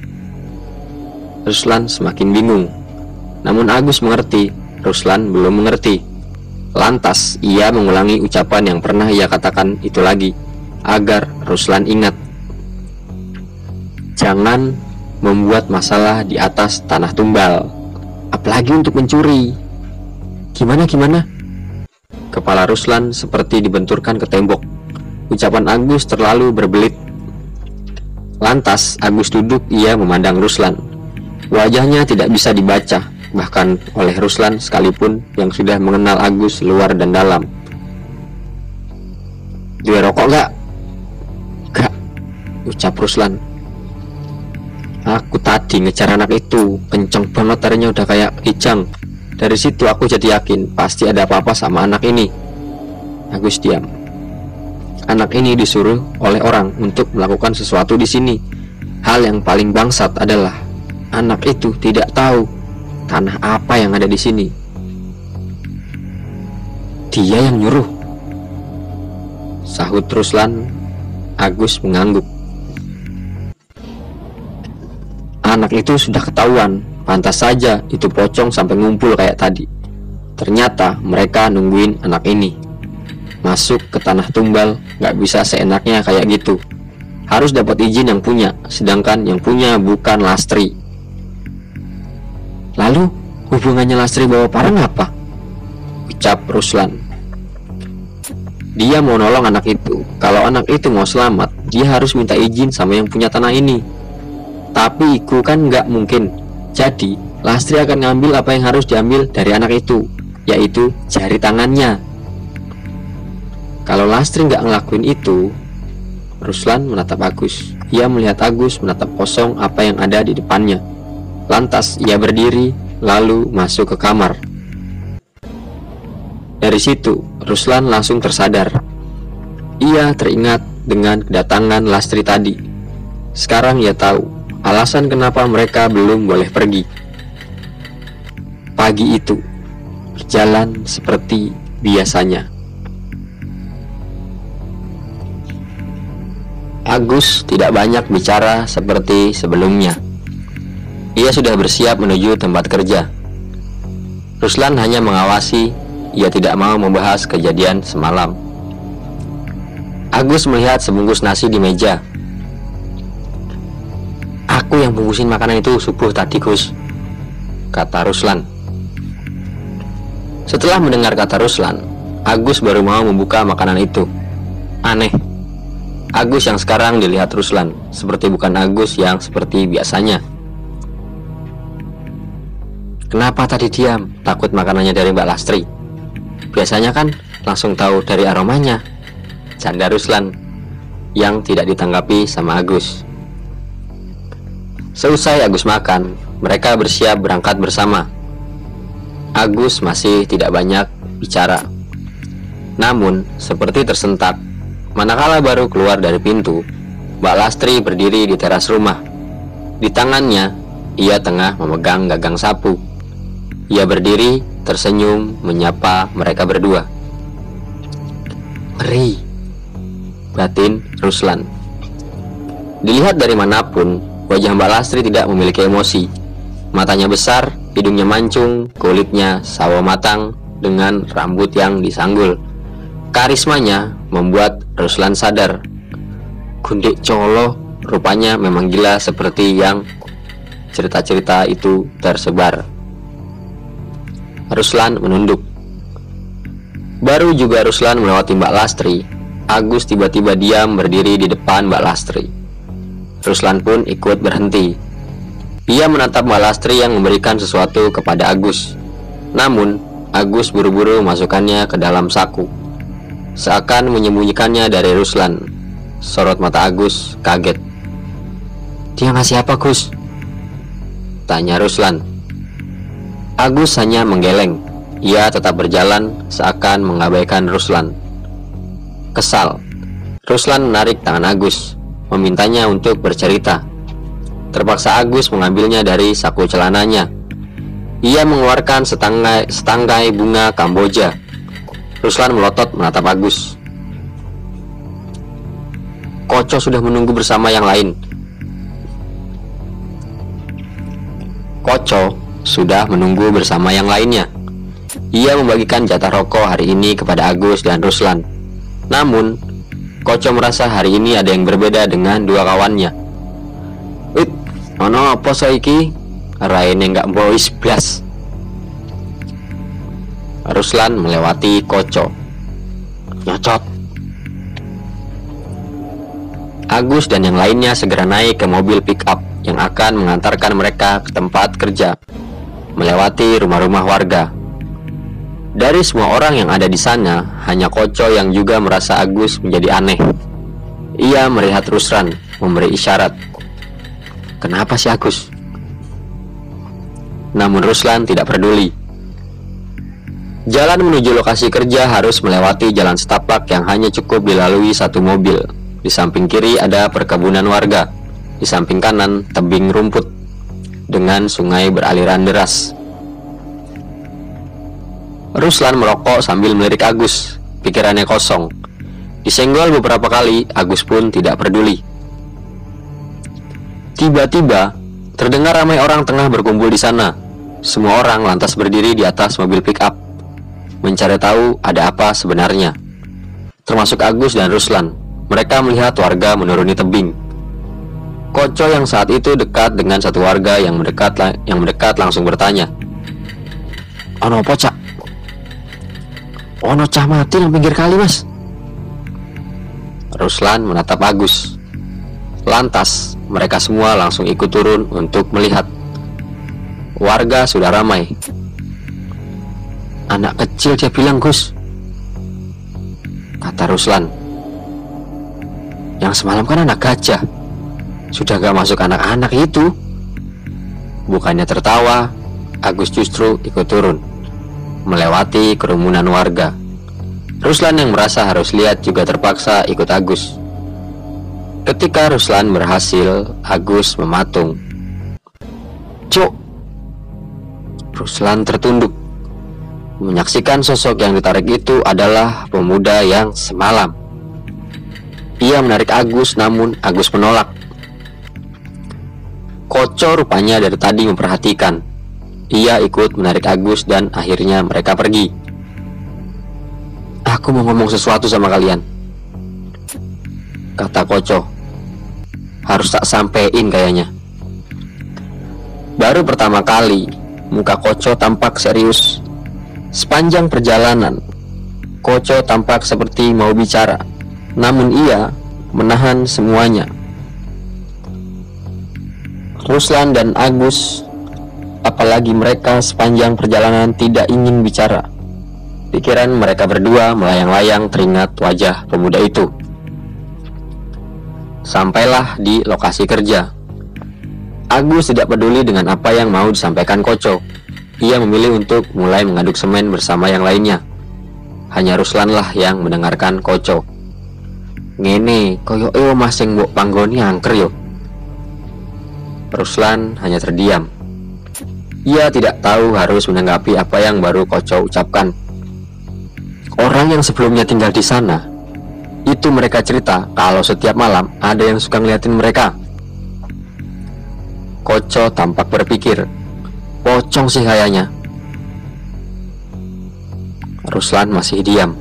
Ruslan semakin bingung. Namun Agus mengerti, Ruslan belum mengerti. Lantas ia mengulangi ucapan yang pernah ia katakan itu lagi, agar Ruslan ingat. Jangan membuat masalah di atas tanah tumbal, apalagi untuk mencuri. Gimana? Kepala Ruslan seperti dibenturkan ke tembok. Ucapan Agus terlalu berbelit. Lantas Agus duduk, ia memandang Ruslan. Wajahnya tidak bisa dibaca, bahkan oleh Ruslan sekalipun yang sudah mengenal Agus luar dan dalam. duwe rokok gak? Gak, ucap Ruslan. Aku tadi ngejar anak itu, kenceng banget taringnya, udah kayak kijang. Dari situ aku jadi yakin pasti ada apa-apa sama anak ini. Agus diam. Anak ini disuruh oleh orang untuk melakukan sesuatu di sini. Hal yang paling bangsat adalah anak itu tidak tahu tanah apa yang ada di sini. Dia yang nyuruh, sahut Ruslan. Agus mengangguk. Anak itu sudah ketahuan, pantas saja itu pocong sampai ngumpul kayak tadi. Ternyata mereka nungguin anak ini. Masuk ke tanah tumbal gak bisa seenaknya kayak gitu. Harus dapat izin yang punya, sedangkan yang punya bukan Lastri. Lalu hubungannya Lastri bawa parang apa? Ucap Ruslan. Dia mau nolong anak itu. Kalau anak itu mau selamat, dia harus minta izin sama yang punya tanah ini. Tapi Iku kan nggak mungkin. Jadi Lastri akan ngambil apa yang harus diambil dari anak itu, yaitu jari tangannya. Kalau Lastri nggak ngelakuin itu, Ruslan menatap Agus. Ia melihat Agus menatap kosong apa yang ada di depannya. Lantas ia berdiri lalu masuk ke kamar. Dari situ Ruslan langsung tersadar. Ia teringat dengan kedatangan Lastri tadi. Sekarang ia tahu alasan kenapa mereka belum boleh pergi. Pagi itu berjalan seperti biasanya. Agus tidak banyak bicara seperti sebelumnya. Ia sudah bersiap menuju tempat kerja. Ruslan hanya mengawasi. Ia tidak mau membahas kejadian semalam. Agus melihat sebungkus nasi di meja. Aku yang bungkusin makanan itu subuh tadi, Gus, kata Ruslan. Setelah mendengar kata Ruslan, Agus baru mau membuka makanan itu. Aneh, Agus yang sekarang dilihat Ruslan seperti bukan Agus yang seperti biasanya. Kenapa tadi diam? Takut makanannya dari Mbak Lastri? Biasanya kan langsung tahu dari aromanya, canda Ruslan yang tidak ditanggapi sama Agus. Seusai Agus makan, mereka bersiap berangkat bersama. Agus masih tidak banyak bicara. Namun seperti tersentak, manakala baru keluar dari pintu, Mbak Lastri berdiri di teras rumah. Di tangannya, ia tengah memegang gagang sapu. Ia berdiri, tersenyum, menyapa mereka berdua. Ngeri, batin Ruslan. Dilihat dari manapun, wajah Mbak Lastri tidak memiliki emosi. Matanya besar, hidungnya mancung, kulitnya sawo matang dengan rambut yang disanggul. Karismanya membuat Ruslan sadar. Gundik Colo rupanya memang gila seperti yang cerita-cerita itu tersebar. Ruslan menunduk. Baru juga Ruslan melewati Mbak Lastri, Agus tiba-tiba diam berdiri di depan Mbak Lastri. Ruslan pun ikut berhenti. Ia menatap Mbak Lastri yang memberikan sesuatu kepada Agus. Namun Agus buru-buru masukkannya ke dalam saku, seakan menyembunyikannya dari Ruslan. Sorot mata Agus kaget. Dia ngasih apa, Gus? Tanya Ruslan. Agus hanya menggeleng. Ia tetap berjalan seakan mengabaikan Ruslan. Kesal, Ruslan menarik tangan Agus, memintanya untuk bercerita. Terpaksa Agus mengambilnya dari saku celananya. Ia mengeluarkan setangkai bunga Kamboja. Ruslan melotot menatap Agus. Koco sudah menunggu bersama yang lain. Koco sudah menunggu bersama yang lainnya. Ia membagikan jatah rokok hari ini kepada Agus dan Ruslan. Namun Koco merasa hari ini ada yang berbeda dengan dua kawannya. Ono apa saiki? Raine nggak boys blas. Ruslan melewati Koco. Nyocot. Agus dan yang lainnya segera naik ke mobil pick-up yang akan mengantarkan mereka ke tempat kerja, melewati rumah-rumah warga. Dari semua orang yang ada di sana, hanya Koco yang juga merasa Agus menjadi aneh. Ia melihat Ruslan, memberi isyarat. Kenapa sih Agus? Namun Ruslan tidak peduli. Jalan menuju lokasi kerja harus melewati jalan setapak yang hanya cukup dilalui satu mobil. Di samping kiri ada perkebunan warga. Di samping kanan tebing rumput dengan sungai beraliran deras. Ruslan merokok sambil melirik Agus. Pikirannya kosong. Disenggol beberapa kali, Agus pun tidak peduli. Tiba-tiba terdengar ramai orang tengah berkumpul di sana. Semua orang lantas berdiri di atas mobil pick-up, mencari tahu ada apa sebenarnya. Termasuk Agus dan Ruslan. Mereka melihat warga menuruni tebing. Koco yang saat itu dekat dengan satu warga yang mendekat langsung bertanya, "Ono apa, Cak?" "Ono cah mati nang pinggir kali, Mas." Ruslan menatap Agus. Lantas mereka semua langsung ikut turun untuk melihat. Warga sudah ramai. "Anak kecil dia bilang, Gus," kata Ruslan. "Yang semalam kan anak gajah. Sudah gak masuk anak-anak itu." Bukannya tertawa, Agus justru ikut turun, melewati kerumunan warga. Ruslan yang merasa harus lihat juga terpaksa ikut Agus. Ketika Ruslan berhasil, Agus mematung. "Cuk!" Ruslan tertunduk. Menyaksikan sosok yang ditarik itu adalah pemuda yang semalam. Ia menarik Agus, namun Agus menolak. Koco rupanya dari tadi memperhatikan. Ia ikut menarik Agus dan akhirnya mereka pergi. "Aku mau ngomong sesuatu sama kalian," kata Koco. "Harus tak sampein kayaknya." Baru pertama kali muka Koco tampak serius. Sepanjang perjalanan, Koco tampak seperti mau bicara, namun ia menahan semuanya. Ruslan dan Agus, apalagi mereka sepanjang perjalanan tidak ingin bicara. Pikiran mereka berdua melayang-layang teringat wajah pemuda itu. Sampailah di lokasi kerja. Agus tidak peduli dengan apa yang mau disampaikan Koco. Ia memilih untuk mulai mengaduk semen bersama yang lainnya. Hanya Ruslan lah yang mendengarkan Koco. "Ngene, koyo mas sing mbok panggoni angker yo." Ruslan hanya terdiam. Ia tidak tahu harus menanggapi apa yang baru Koco ucapkan. Orang yang sebelumnya tinggal di sana, itu mereka cerita kalau setiap malam ada yang suka ngeliatin mereka. Koco tampak berpikir, pocong sih kayaknya. Ruslan masih diam.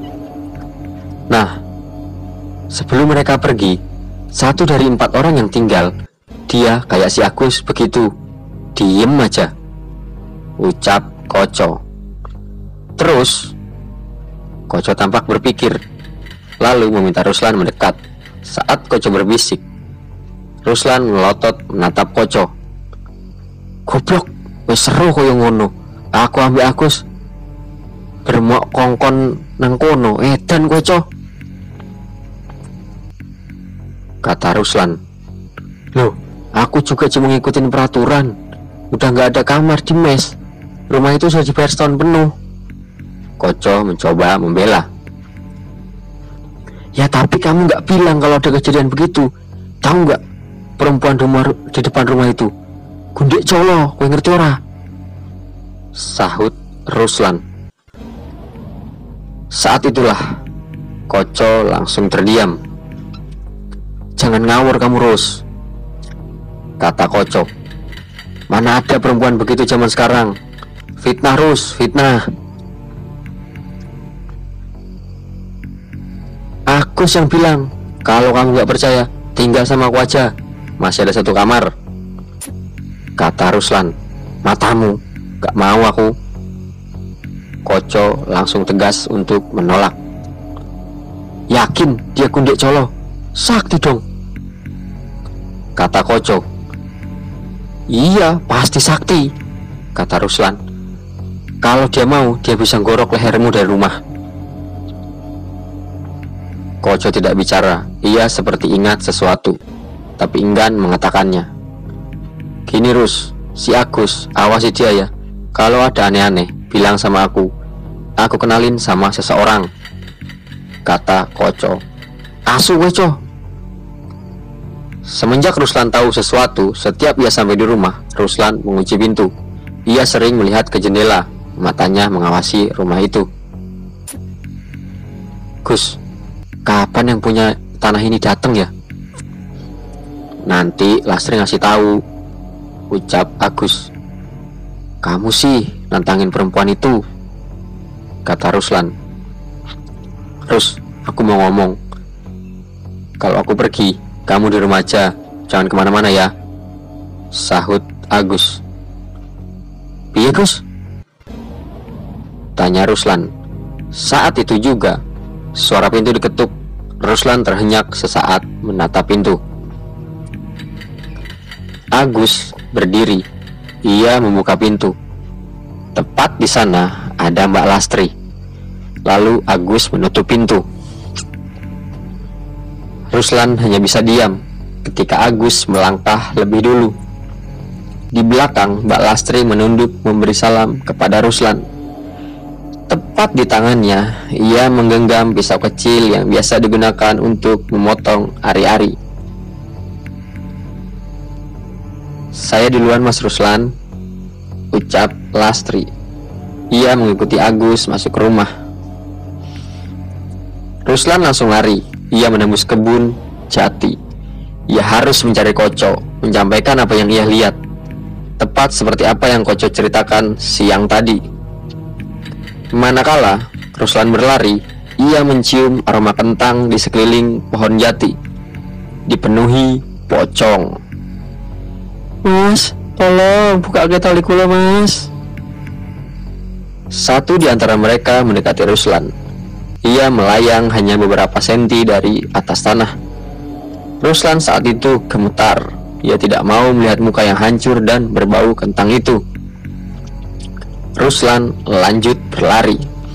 Nah, sebelum mereka pergi, satu dari 4 orang yang tinggal, dia kayak si Agus begitu, diem aja, ucap Koco. Terus Koco tampak berpikir, lalu meminta Ruslan mendekat. Saat Koco berbisik, Ruslan melotot menatap Koco. "Goblok, wis seru koyo ngono. Aku ambek Agus bermok kongkon nang kono, edan Koco," kata Ruslan. "Loh, aku juga cuma ngikutin peraturan. Udah gak ada kamar di mes. Rumah itu sudah dibayar setahun penuh." Koco mencoba membela. "Ya tapi kamu gak bilang kalau ada kejadian begitu. Tahu gak perempuan di depan rumah itu? Gundek colo, kowe ngerti ora?" sahut Ruslan. Saat itulah Koco langsung terdiam. "Jangan ngawur kamu, Rus," kata Koco. "Mana ada perempuan begitu zaman sekarang. Fitnah, Rus, fitnah." "Agus yang bilang, kalau kamu gak percaya, tinggal sama aku aja. Masih ada 1 kamar," kata Ruslan. "Matamu, gak mau aku." Koco langsung tegas untuk menolak. "Yakin dia gundek colo? Sakti dong," kata Koco. "Iya, pasti sakti," kata Ruslan. Kalau dia mau, dia bisa gorok lehermu dari rumah. Koco tidak bicara. Ia seperti ingat sesuatu, tapi enggan mengatakannya. Gini Rus, si Agus, awasi dia ya. Kalau ada aneh-aneh, bilang sama aku. Aku kenalin sama seseorang, kata Koco. Asu Koco. Semenjak Ruslan tahu sesuatu, setiap ia sampai di rumah, Ruslan mengunci pintu. Ia sering melihat ke jendela, matanya mengawasi rumah itu. Gus, kapan yang punya tanah ini datang ya? Nanti Lastri ngasih tahu, ucap Agus. Kamu sih nantangin perempuan itu, kata Ruslan. Rus, aku mau ngomong. Kalau aku pergi, kamu di rumah aja, jangan kemana-mana ya, sahut Agus. Iya Gus? Tanya Ruslan. Saat itu juga, suara pintu diketuk. Ruslan terhenyak sesaat menatap pintu. Agus berdiri. Ia membuka pintu. Tepat di sana ada Mbak Lastri. Lalu Agus menutup pintu. Ruslan hanya bisa diam ketika Agus melangkah lebih dulu. Di belakang, Mbak Lastri menunduk memberi salam kepada Ruslan. Tepat di tangannya, ia menggenggam pisau kecil yang biasa digunakan untuk memotong ari-ari. Saya duluan Mas Ruslan, ucap Lastri. Ia mengikuti Agus masuk ke rumah. Ruslan langsung lari. Ia menembus kebun jati. Ia harus mencari Koco, menyampaikan apa yang ia lihat. Tepat seperti apa yang Koco ceritakan siang tadi. Manakala Ruslan berlari, ia mencium aroma kentang di sekeliling pohon jati, dipenuhi pocong. Mas, tolong buka tali kula mas. Satu di antara mereka mendekati Ruslan. Ia melayang hanya beberapa senti dari atas tanah. Ruslan saat itu gemetar. Ia tidak mau melihat muka yang hancur dan berbau kentang itu. Ruslan lanjut berlari.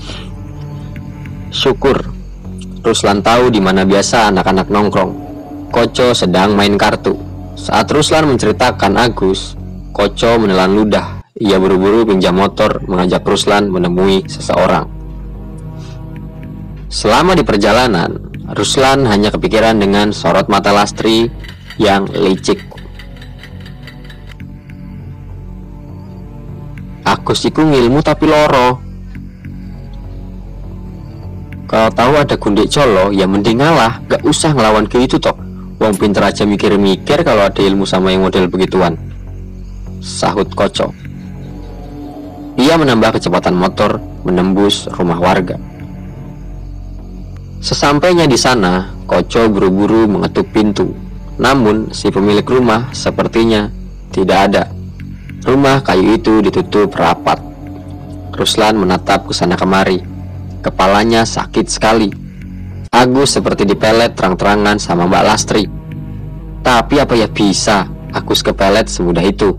Syukur Ruslan tahu di mana biasa anak-anak nongkrong. Koco sedang main kartu. Saat Ruslan menceritakan Agus, Koco menelan ludah. Ia buru-buru pinjam motor mengajak Ruslan menemui seseorang. Selama di perjalanan, Ruslan hanya kepikiran dengan sorot mata Lastri yang licik. Agus iku ngilmu tapi loro. Kalau tahu ada gundik colo, ya mending ngalah, gak usah ngelawan ke itu toh. Wong pinter aja mikir-mikir kalau ada ilmu sama yang model begituan, sahut Koco. Ia menambah kecepatan motor menembus rumah warga. Sesampainya di sana, Koco buru-buru mengetuk pintu. Namun si pemilik rumah sepertinya tidak ada. Rumah kayu itu ditutup rapat. Ruslan menatap ke sana kemari. Kepalanya sakit sekali. Agus seperti dipelet terang-terangan sama Mbak Lastri. Tapi apa ya bisa Agus kepelet semudah itu?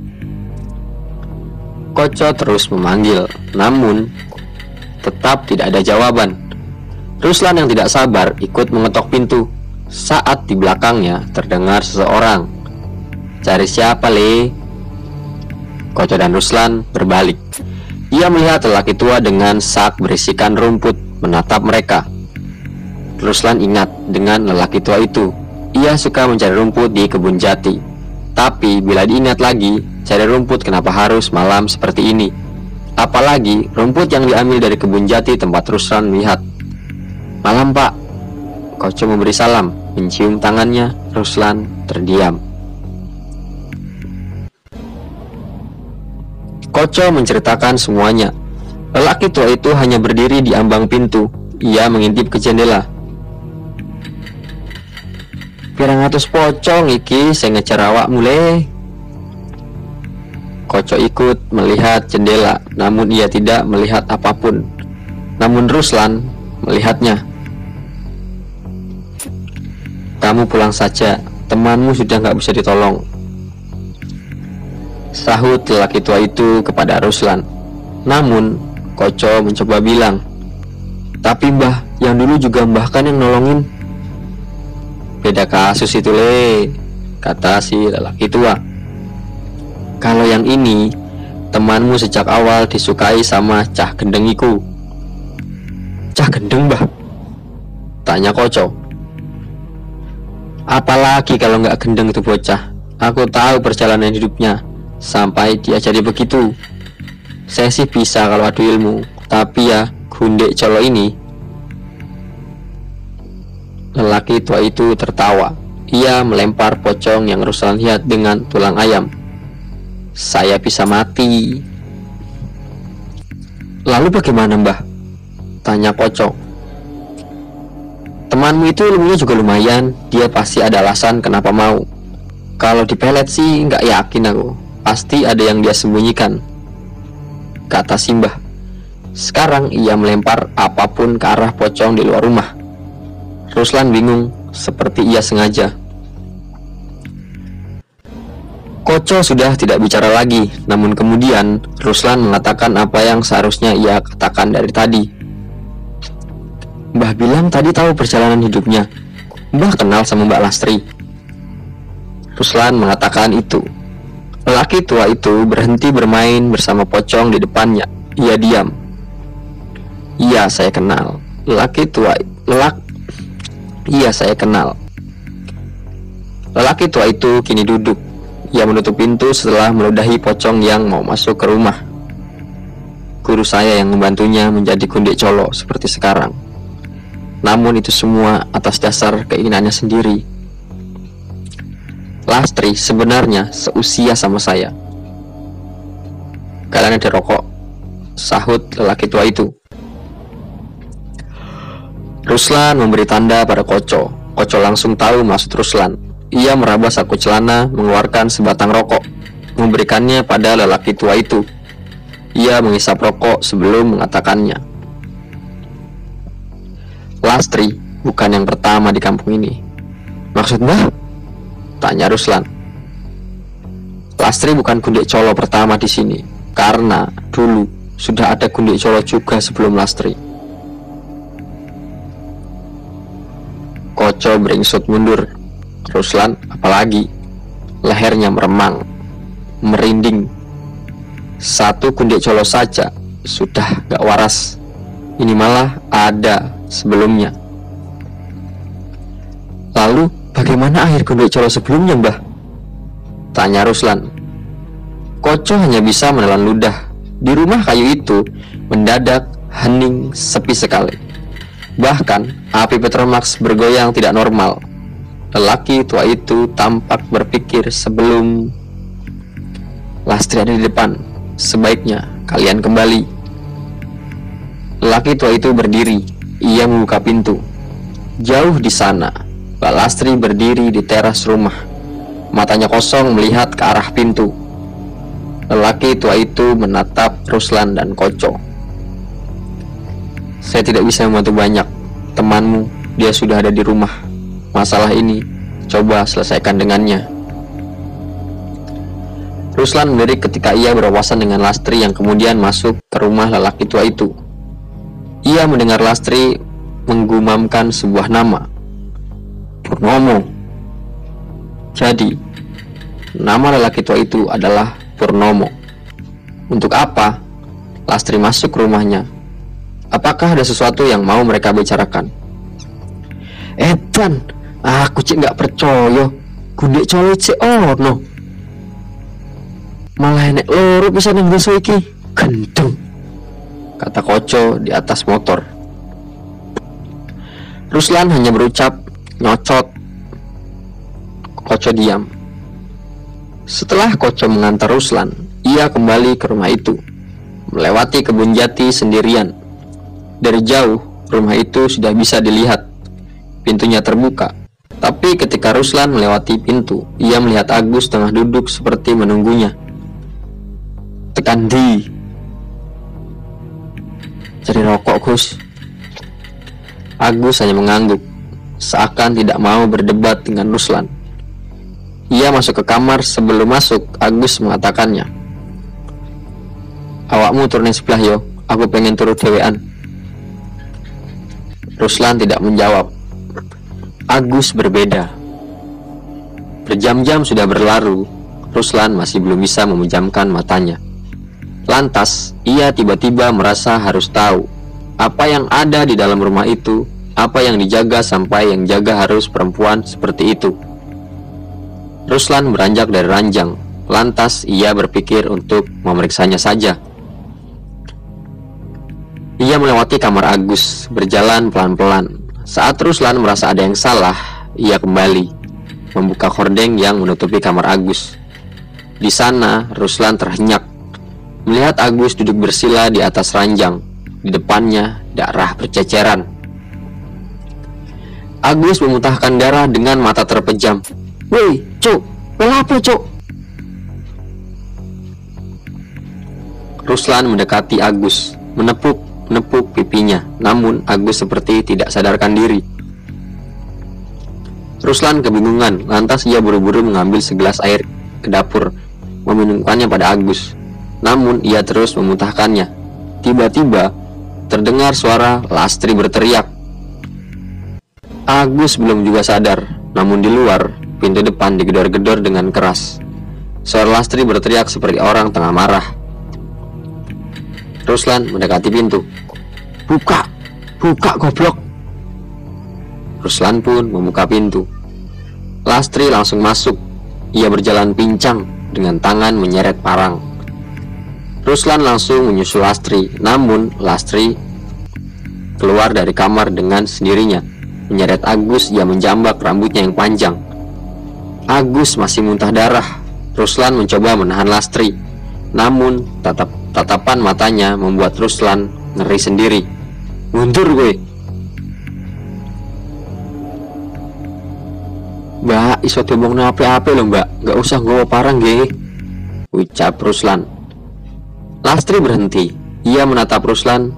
Koco terus memanggil, namun tetap tidak ada jawaban. Ruslan yang tidak sabar ikut mengetok pintu. Saat di belakangnya terdengar seseorang. Cari siapa le? Koco dan Ruslan berbalik. Ia melihat lelaki tua dengan sak berisikan rumput menatap mereka. Ruslan ingat dengan lelaki tua itu. Ia suka mencari rumput di kebun jati. Tapi bila diingat lagi, cari rumput kenapa harus malam seperti ini? Apalagi rumput yang diambil dari kebun jati tempat Ruslan melihat. Malam pak. Koco memberi salam, mencium tangannya. Ruslan terdiam. Koco menceritakan semuanya. Lelaki tua itu hanya berdiri di ambang pintu. Ia mengintip ke jendela. Pirang atus pocong iki saya ngejar awak mulai. Koco ikut melihat jendela, namun ia tidak melihat apapun. Namun Ruslan melihatnya. Kamu pulang saja, temanmu sudah gak bisa ditolong, sahut lelaki tua itu kepada Ruslan. Namun Koco mencoba bilang, "Tapi Mbah, yang dulu juga Mbah kan yang nolongin." "Beda kasus itu le," kata si lelaki tua. "Kalau yang ini, temanmu sejak awal disukai sama Cah Gendengiku." "Cah Gendeng Mbah?" tanya Koco. "Apalagi kalau nggak gendeng itu bocah. Aku tahu perjalanan hidupnya sampai dia jadi begitu. Saya sih bisa kalau adu ilmu, tapi ya Gundek Colo ini." Lelaki tua itu tertawa. Ia melempar pocong yang Ruslan lihat dengan tulang ayam. "Saya bisa mati." "Lalu bagaimana Mbah?" tanya Koco. "Temanmu itu ilmunya juga lumayan. Dia pasti ada alasan kenapa mau. Kalau dipelet sih nggak yakin aku. Pasti ada yang dia sembunyikan," kata Simbah. Sekarang ia melempar apapun ke arah pocong di luar rumah. Ruslan bingung, seperti ia sengaja. Koco sudah tidak bicara lagi, namun kemudian Ruslan mengatakan apa yang seharusnya ia katakan dari tadi. "Mbah bilang tadi tahu perjalanan hidupnya. Mbah kenal sama Mbak Lastri." Ruslan mengatakan itu. Lelaki tua itu berhenti bermain bersama pocong di depannya. Ia diam. "Iya, saya kenal." Iya, saya kenal. Lelaki tua itu kini duduk. Ia menutup pintu setelah meludahi pocong yang mau masuk ke rumah. "Guru saya yang membantunya menjadi Gundek Colo seperti sekarang. Namun itu semua atas dasar keinginannya sendiri. Lastri sebenarnya seusia sama saya." "Kalian ada rokok?" sahut lelaki tua itu. Ruslan memberi tanda pada Koco. Koco langsung tahu maksud Ruslan. Ia meraba saku celana, mengeluarkan sebatang rokok, memberikannya pada lelaki tua itu. Ia menghisap rokok sebelum mengatakannya. "Lastri bukan yang pertama di kampung ini." "Maksud Mbah?" tanya Ruslan. "Lastri bukan Gundek Colo pertama di sini, karena dulu sudah ada Gundek Colo juga sebelum Lastri." Koco beringsut mundur. Ruslan apalagi. Lehernya meremang, merinding. Satu Gundek Colo saja sudah gak waras. Ini malah ada sebelumnya. "Lalu bagaimana akhir Gundek Colo sebelumnya Mbah?" tanya Ruslan. Koco hanya bisa menelan ludah. Di rumah kayu itu mendadak hening sepi sekali. Bahkan api Petromax bergoyang tidak normal. Lelaki tua itu tampak berpikir sebelum. "Lastri ada di depan. Sebaiknya kalian kembali." Lelaki tua itu berdiri. Ia membuka pintu. Jauh di sana, Mbak Lastri berdiri di teras rumah. Matanya kosong melihat ke arah pintu. Lelaki tua itu menatap Ruslan dan Koco. "Saya tidak bisa membantu banyak. Temanmu, dia sudah ada di rumah. Masalah ini, coba selesaikan dengannya." Ruslan melirik ketika ia berwawasan dengan Lastri yang kemudian masuk ke rumah lelaki tua itu. Ia mendengar Lastri menggumamkan sebuah nama. "Purnomo." Jadi, nama lelaki tua itu adalah Purnomo. Untuk apa Lastri masuk ke rumahnya? Apakah ada sesuatu yang mau mereka bicarakan? "Edan, aku cik gak percaya Gundek Colo cik ono. Malah enek loro bisa nang desa iki. Gendeng," kata Koco di atas motor. Ruslan hanya berucap nyocot. Koco diam. Setelah Koco mengantar Ruslan, ia kembali ke rumah itu, melewati kebun jati sendirian. Dari jauh, rumah itu sudah bisa dilihat. Pintunya terbuka. Tapi ketika Ruslan melewati pintu, ia melihat Agus tengah duduk seperti menunggunya. "Tekan di." "Cari rokok, Gus." Agus hanya mengangguk, seakan tidak mau berdebat dengan Ruslan. Ia masuk ke kamar. Sebelum masuk, Agus mengatakannya, Awakmu turunin sebelah yo, aku pengen turun dewean. Ruslan tidak menjawab. Agus berbeda. Berjam-jam sudah berlalu, Ruslan masih belum bisa memejamkan matanya. Lantas, ia tiba-tiba merasa harus tahu apa yang ada di dalam rumah itu, apa yang dijaga sampai yang jaga harus perempuan seperti itu. Ruslan beranjak dari ranjang. Lantas ia berpikir untuk memeriksanya saja. Ia melewati kamar Agus, berjalan pelan-pelan. Saat Ruslan merasa ada yang salah, ia kembali membuka hordeng yang menutupi kamar Agus. Di sana, Ruslan terhenyak melihat Agus duduk bersila di atas ranjang. Di depannya, darah berceceran. Agus memuntahkan darah dengan mata terpejam. "Woi, Cuk, kenapa, Cuk?" Ruslan mendekati Agus, menepuk pipinya. Namun Agus seperti tidak sadarkan diri. Ruslan kebingungan. Lantas ia buru-buru mengambil segelas air ke dapur, meminumkannya pada Agus. Namun ia terus memuntahkannya. Tiba-tiba terdengar suara Lastri berteriak. Agus belum juga sadar, namun di luar, pintu depan digedor-gedor dengan keras. Suara Lastri berteriak seperti orang tengah marah. Ruslan mendekati pintu. Buka goblok!" Ruslan pun membuka pintu. Lastri langsung masuk. Ia berjalan pincang dengan tangan menyeret parang. Ruslan langsung menyusul Lastri. Namun Lastri keluar dari kamar dengan sendirinya. Menyeret Agus, ia menjambak rambutnya yang panjang. Agus masih muntah darah. Ruslan mencoba menahan Lastri. Namun tatapan matanya membuat Ruslan ngeri sendiri. "Mundur gue." "Mbak, iso diomongno ape-ape lho, Mbak. Gak usah nggawa parang nggih," ucap Ruslan. Lastri berhenti. Ia menatap Ruslan,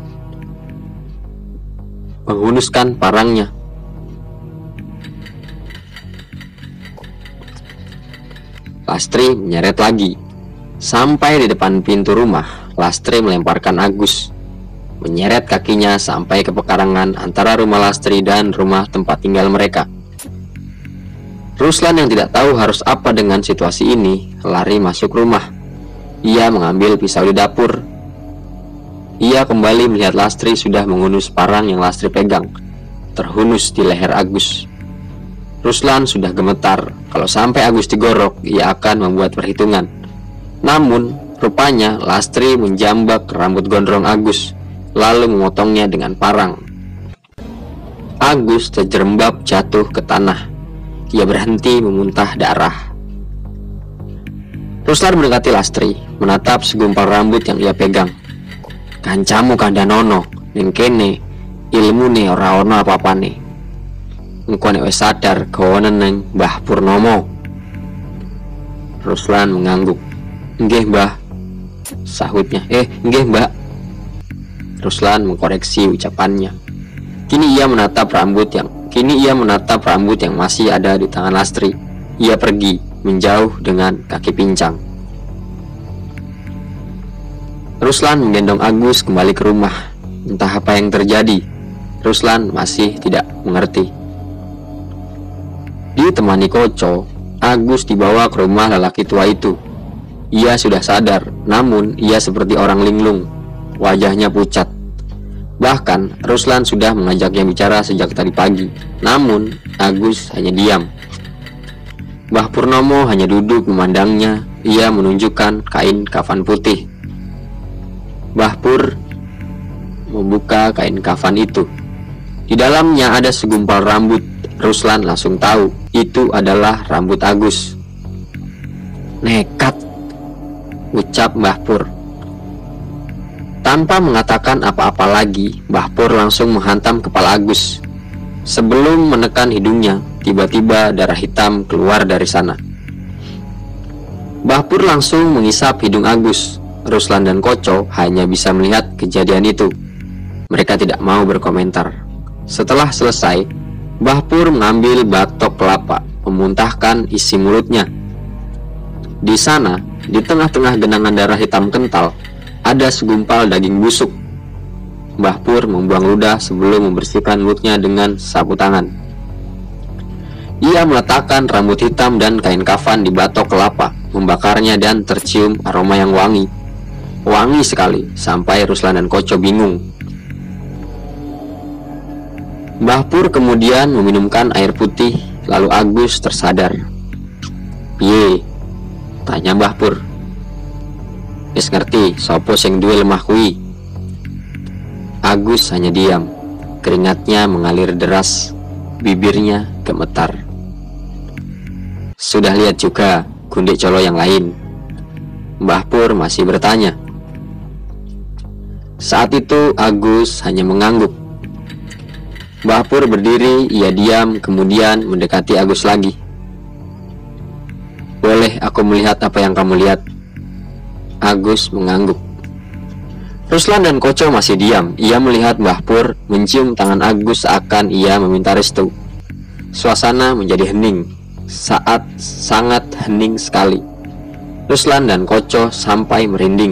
menghunuskan parangnya. Lastri menyeret lagi. Sampai di depan pintu rumah, Lastri melemparkan Agus, menyeret kakinya sampai ke pekarangan antara rumah Lastri dan rumah tempat tinggal mereka. Ruslan yang tidak tahu harus apa dengan situasi ini, lari masuk rumah. Ia mengambil pisau di dapur. Ia kembali melihat Lastri sudah menghunus parang yang Lastri pegang, terhunus di leher Agus. Ruslan sudah gemetar. Kalau sampai Agus digorok, ia akan membuat perhitungan. Namun, rupanya Lastri menjambak rambut gondrong Agus, lalu memotongnya dengan parang. Agus terjerembab jatuh ke tanah. Ia berhenti memuntah darah. Ruslan mendekati Lastri, menatap segumpal rambut yang ia pegang. "Kancamu kandhanono, ning kene ilmune ora ono apa-apane. Engko nek wis sadar gawane neng Mbah Purnomo." Ruslan mengangguk. "Nggih, Mbah," sahutnya. Nggih, Mbak." Ruslan mengkoreksi ucapannya. Kini ia menatap rambut yang masih ada di tangan Lastri. Ia pergi menjauh dengan kaki pincang. Ruslan menggendong Agus kembali ke rumah. Entah apa yang terjadi, Ruslan masih tidak mengerti. Ditemani Koco, Agus dibawa ke rumah lelaki tua itu. Ia sudah sadar, namun ia seperti orang linglung. Wajahnya pucat. Bahkan Ruslan sudah mengajaknya bicara sejak tadi pagi. Namun Agus hanya diam. Mbah Purnomo hanya duduk memandangnya. Ia menunjukkan kain kafan putih. Mbah Pur membuka kain kafan itu. Di dalamnya ada segumpal rambut. Ruslan langsung tahu itu adalah rambut Agus. "Nekat," ucap Mbah Pur. Tanpa mengatakan apa-apa lagi, Mbah Pur langsung menghantam kepala Agus. Sebelum menekan hidungnya, tiba-tiba darah hitam keluar dari sana. Mbah Pur langsung mengisap hidung Agus. Ruslan dan Koco hanya bisa melihat kejadian itu. Mereka tidak mau berkomentar. Setelah selesai, Mbah Pur mengambil batok kelapa, memuntahkan isi mulutnya. Di sana, di tengah-tengah genangan darah hitam kental, ada segumpal daging busuk. Mbah Pur membuang ludah sebelum membersihkan mulutnya dengan sapu tangan. Ia meletakkan rambut hitam dan kain kafan di batok kelapa, membakarnya dan tercium aroma yang wangi. Wangi sekali, sampai Ruslan dan Koco bingung. Mbah Pur kemudian meminumkan air putih, lalu Agus tersadar. "Piye?" tanya Mbah Pur. "Wis ngerti sopo sing duwe lemah kuwi?" Agus hanya diam. Keringatnya mengalir deras, bibirnya gemetar. "Sudah lihat juga gundik colo yang lain?" Mbah Pur masih bertanya. Saat itu Agus hanya mengangguk. Mbah Pur berdiri, ia diam, kemudian mendekati Agus lagi. "Boleh aku melihat apa yang kamu lihat?" Agus mengangguk. Ruslan dan Koco masih diam. Ia melihat Mbah Pur mencium tangan Agus seakan ia meminta restu. Suasana menjadi hening, sangat hening sekali. Ruslan dan Koco sampai merinding.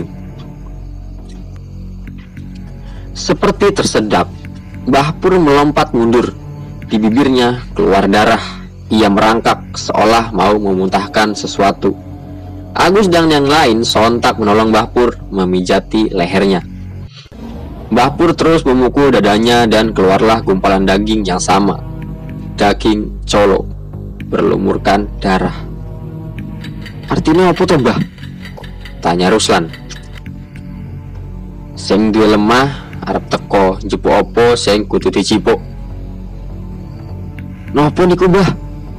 Seperti tersedak, Mbah Pur melompat mundur. Di bibirnya keluar darah. Ia merangkak seolah mau memuntahkan sesuatu. Agus dan yang lain sontak menolong Mbah Pur, memijati lehernya. Mbah Pur terus memukul dadanya dan keluarlah gumpalan daging yang sama. Daging colo berlumurkan darah. "Artinya apa toh, Mbah?" tanya Ruslan. "Sing duwe lemah arep teko njupuk apa sing kudu dicipuk." "Napa niku, Mbah?"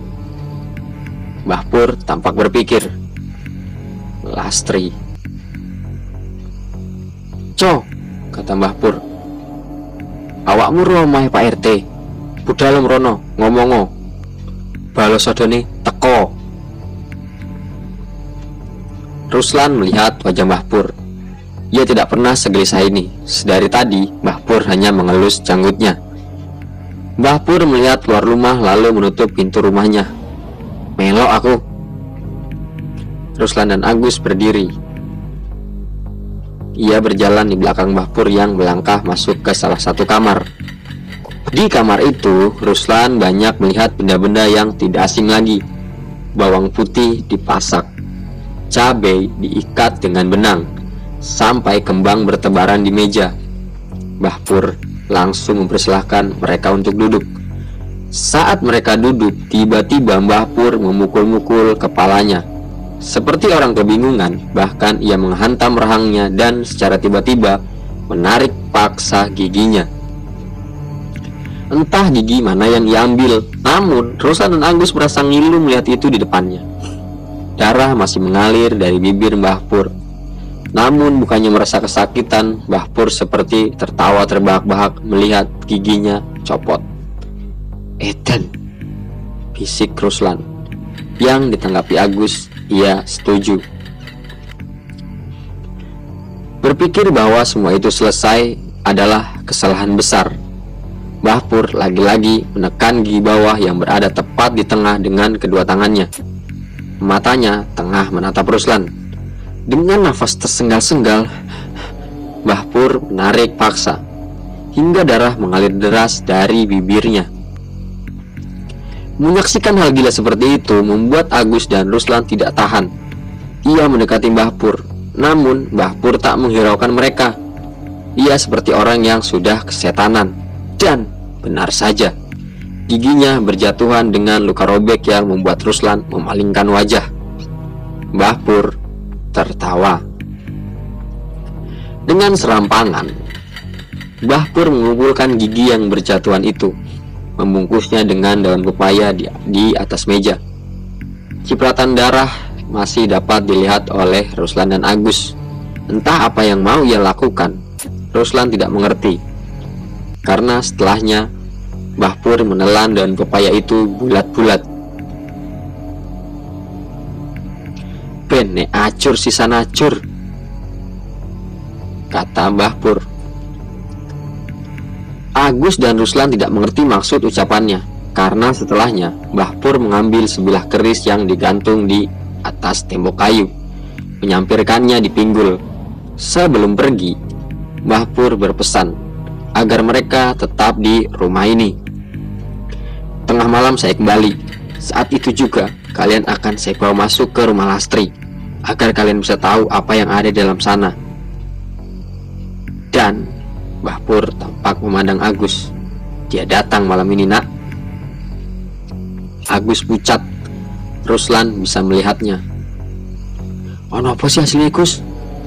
Mbah Pur tampak berpikir. "Lastri." "Co," kata Mbah Pur, "awakmu ro omahe Pak RT. Budal mrono ngomongo. Balos sodone teko." Ruslan melihat wajah Mbah Pur. Ia tidak pernah segelisah ini. Sedari tadi Mbah Pur hanya mengelus janggutnya. Mbah Pur melihat keluar rumah lalu menutup pintu rumahnya. "Melok aku." Ruslan dan Agus berdiri. Ia berjalan di belakang Mbah Pur yang melangkah masuk ke salah satu kamar. Di kamar itu, Ruslan banyak melihat benda-benda yang tidak asing lagi. Bawang putih dipasak, cabai diikat dengan benang, sampai kembang bertebaran di meja. Mbah Pur langsung mempersilahkan mereka untuk duduk. Saat mereka duduk, tiba-tiba Mbah Pur memukul-mukul kepalanya. Seperti orang kebingungan, bahkan ia menghantam rahangnya dan secara tiba-tiba menarik paksa giginya. Entah gigi mana yang ia ambil, namun Ruslan dan Agus merasa ngilu melihat itu di depannya. Darah masih mengalir dari bibir Mbah Pur. Namun bukannya merasa kesakitan, Mbah Pur seperti tertawa terbahak-bahak melihat giginya copot. "Edan," bisik Ruslan. Yang ditanggapi Agus, ia setuju. Berpikir bahwa semua itu selesai adalah kesalahan besar. Mbah Pur lagi-lagi menekan gigi bawah yang berada tepat di tengah dengan kedua tangannya. Matanya tengah menatap Ruslan. Dengan nafas tersengal-sengal, Mbah Pur menarik paksa hingga darah mengalir deras dari bibirnya. Menyaksikan hal gila seperti itu membuat Agus dan Ruslan tidak tahan. Ia mendekati Mbah Pur, namun Mbah Pur tak menghiraukan mereka. Ia seperti orang yang sudah kesetanan. Dan benar saja, giginya berjatuhan dengan luka robek yang membuat Ruslan memalingkan wajah. Mbah Pur tertawa. Dengan serampangan, Mbah Pur mengumpulkan gigi yang berjatuhan itu, membungkusnya dengan daun pepaya di atas meja. Cipratan darah masih dapat dilihat oleh Ruslan dan Agus. Entah apa yang mau ia lakukan, Ruslan tidak mengerti. Karena setelahnya, Mbah Pur menelan daun pepaya itu bulat-bulat. "Ben nek acur sisan acur," kata Mbah Pur. Agus dan Ruslan tidak mengerti maksud ucapannya, karena setelahnya Mbah Pur mengambil sebilah keris yang digantung di atas tembok kayu, menyampirkannya di pinggul. Sebelum pergi, Mbah Pur berpesan agar mereka tetap di rumah ini. Tengah malam saya kembali. Saat itu juga kalian akan saya bawa masuk ke rumah Lastri, agar kalian bisa tahu apa yang ada di dalam sana. Dan Mbah Pur tampak memandang Agus. Dia datang malam ini, nak. Agus pucat. Ruslan bisa melihatnya. Ono apa sih aslinya, Gus?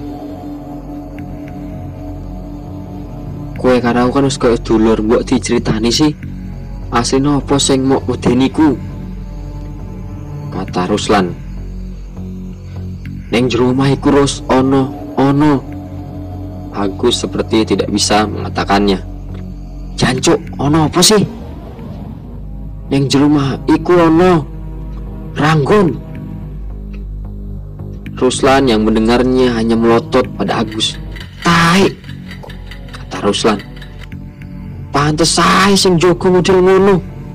Kowe karo kan wis koyo dulur, mbok diceritani sih. Asline apa sing mok wedeniku? Kata Ruslan. Neng jero omah iku Rus, ono. Agus seperti tidak bisa mengatakannya. Jancuk, ono apa sih? Neng jero omah iku ono Ranggon. Ruslan yang mendengarnya hanya melotot pada Agus. Tai, kata Ruslan. Pantes saya sing jogo model ngono.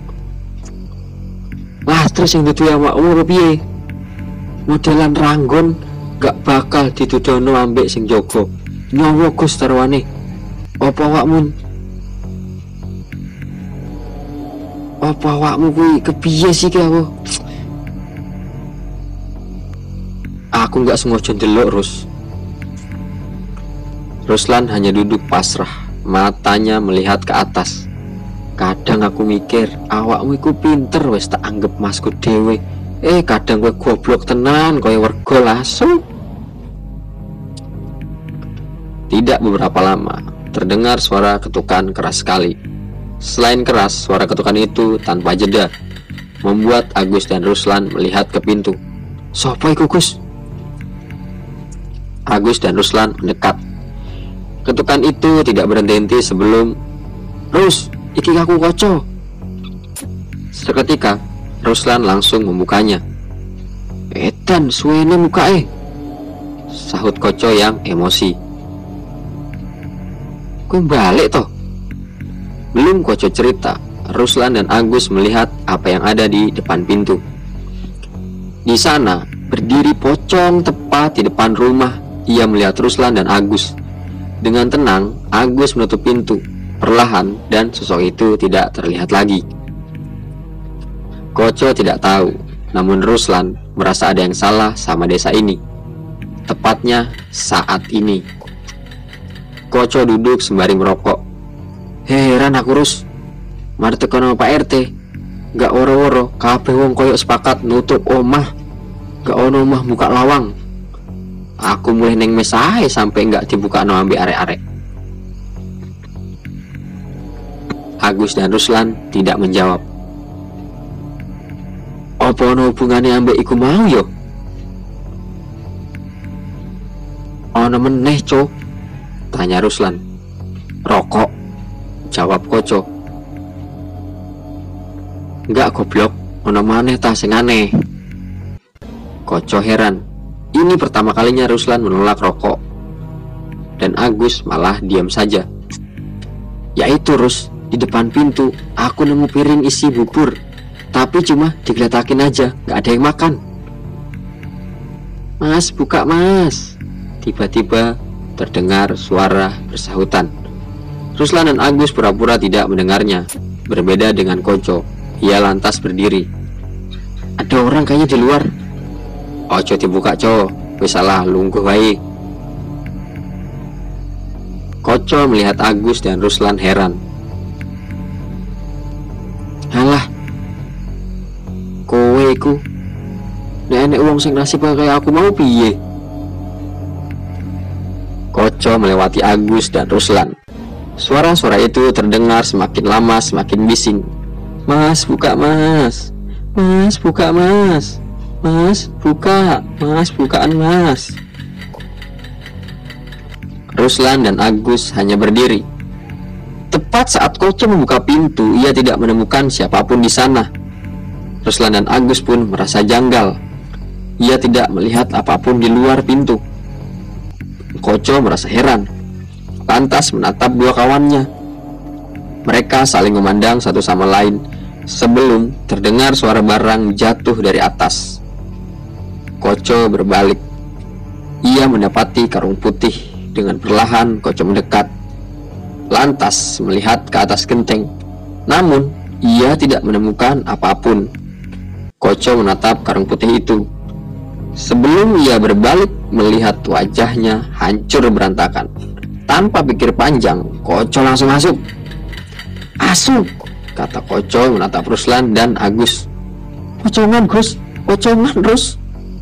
Lastri sing dudu awakmu piye? Modelan Ranggon gak bakal ditudono ambek sing jogo. Nyawa Gus tarwane. Apa awakmu kuwi kepiye sih ki aku? Aku gak sengaja ndelok, Rus. Ruslan hanya duduk pasrah, matanya melihat ke atas. Kadang aku mikir, awakmu iku pinter wis tak anggap masku dhewe. Kadang kowe goblok tenan, kowe wergo langsung. Tidak beberapa lama, terdengar suara ketukan keras sekali. Selain keras, suara ketukan itu tanpa jeda membuat Agus dan Ruslan melihat ke pintu. Sopo iku, Gus? Agus dan Ruslan mendekat. Ketukan itu tidak berhenti sebelum Rus, iki aku Koco. Seketika Ruslan langsung membukanya. Edan suwene mukae, sahut Koco yang emosi. Kowe balik toh? Belum Koco cerita, Ruslan dan Agus melihat apa yang ada di depan pintu. Di sana berdiri pocong tepat di depan rumah. Ia melihat Ruslan dan Agus. Dengan tenang, Agus menutup pintu perlahan dan sosok itu tidak terlihat lagi. Koco tidak tahu, namun Ruslan merasa ada yang salah sama desa ini. Tepatnya saat ini. Koco duduk sembari merokok. Heran aku, Rus. Mari tekan Pak RT. Gak woro-woro, kabeh wong koyo sepakat nutup omah. Gak ono omah buka lawang. Aku mulai neng mesai sampai nggak dibuka no ambek arek-arek. Agus dan Ruslan tidak menjawab. Apa ono hubungannya ambek iku mau yo? Ono meneh, Cok, tanya Ruslan. Rokok, jawab Koco. Enggak goblok, ono maneh ta sing aneh. Koco heran. Ini pertama kalinya Ruslan menolak rokok. Dan Agus malah diam saja. Yaitu, Rus, di depan pintu aku nemu piring isi bubur, tapi cuma digeletakin aja, gak ada yang makan. Mas, buka mas. Tiba-tiba terdengar suara bersahutan. Ruslan dan Agus pura-pura tidak mendengarnya. Berbeda dengan Koco, ia lantas berdiri. Ada orang kayaknya di luar. Ojo dibuka, Co. Wis salah lungguh wae. Koco melihat Agus dan Ruslan heran. Halah, kowe iku nek wong sing nasib kaya aku mau piye? Koco melewati Agus dan Ruslan. Suara-suara itu terdengar semakin lama semakin bising. Mas, buka mas. Mas, buka mas. Mas, buka. Mas, bukaan mas. Ruslan dan Agus hanya berdiri. Tepat saat Koco membuka pintu, ia tidak menemukan siapapun di sana. Ruslan dan Agus pun merasa janggal. Ia tidak melihat apapun di luar pintu. Koco merasa heran, lantas menatap dua kawannya. Mereka saling memandang satu sama lain sebelum terdengar suara barang jatuh dari atas. Koco berbalik. Ia mendapati karung putih Dengan perlahan Koco mendekat, lantas melihat ke atas genteng. Namun ia tidak menemukan apapun. Koco menatap karung putih itu. Sebelum ia berbalik melihat wajahnya hancur berantakan. Tanpa pikir panjang, Koco langsung masuk. "Asuh," kata Koco menatap Ruslan dan Agus. "Pocongan, Gus, pocongan, Rus."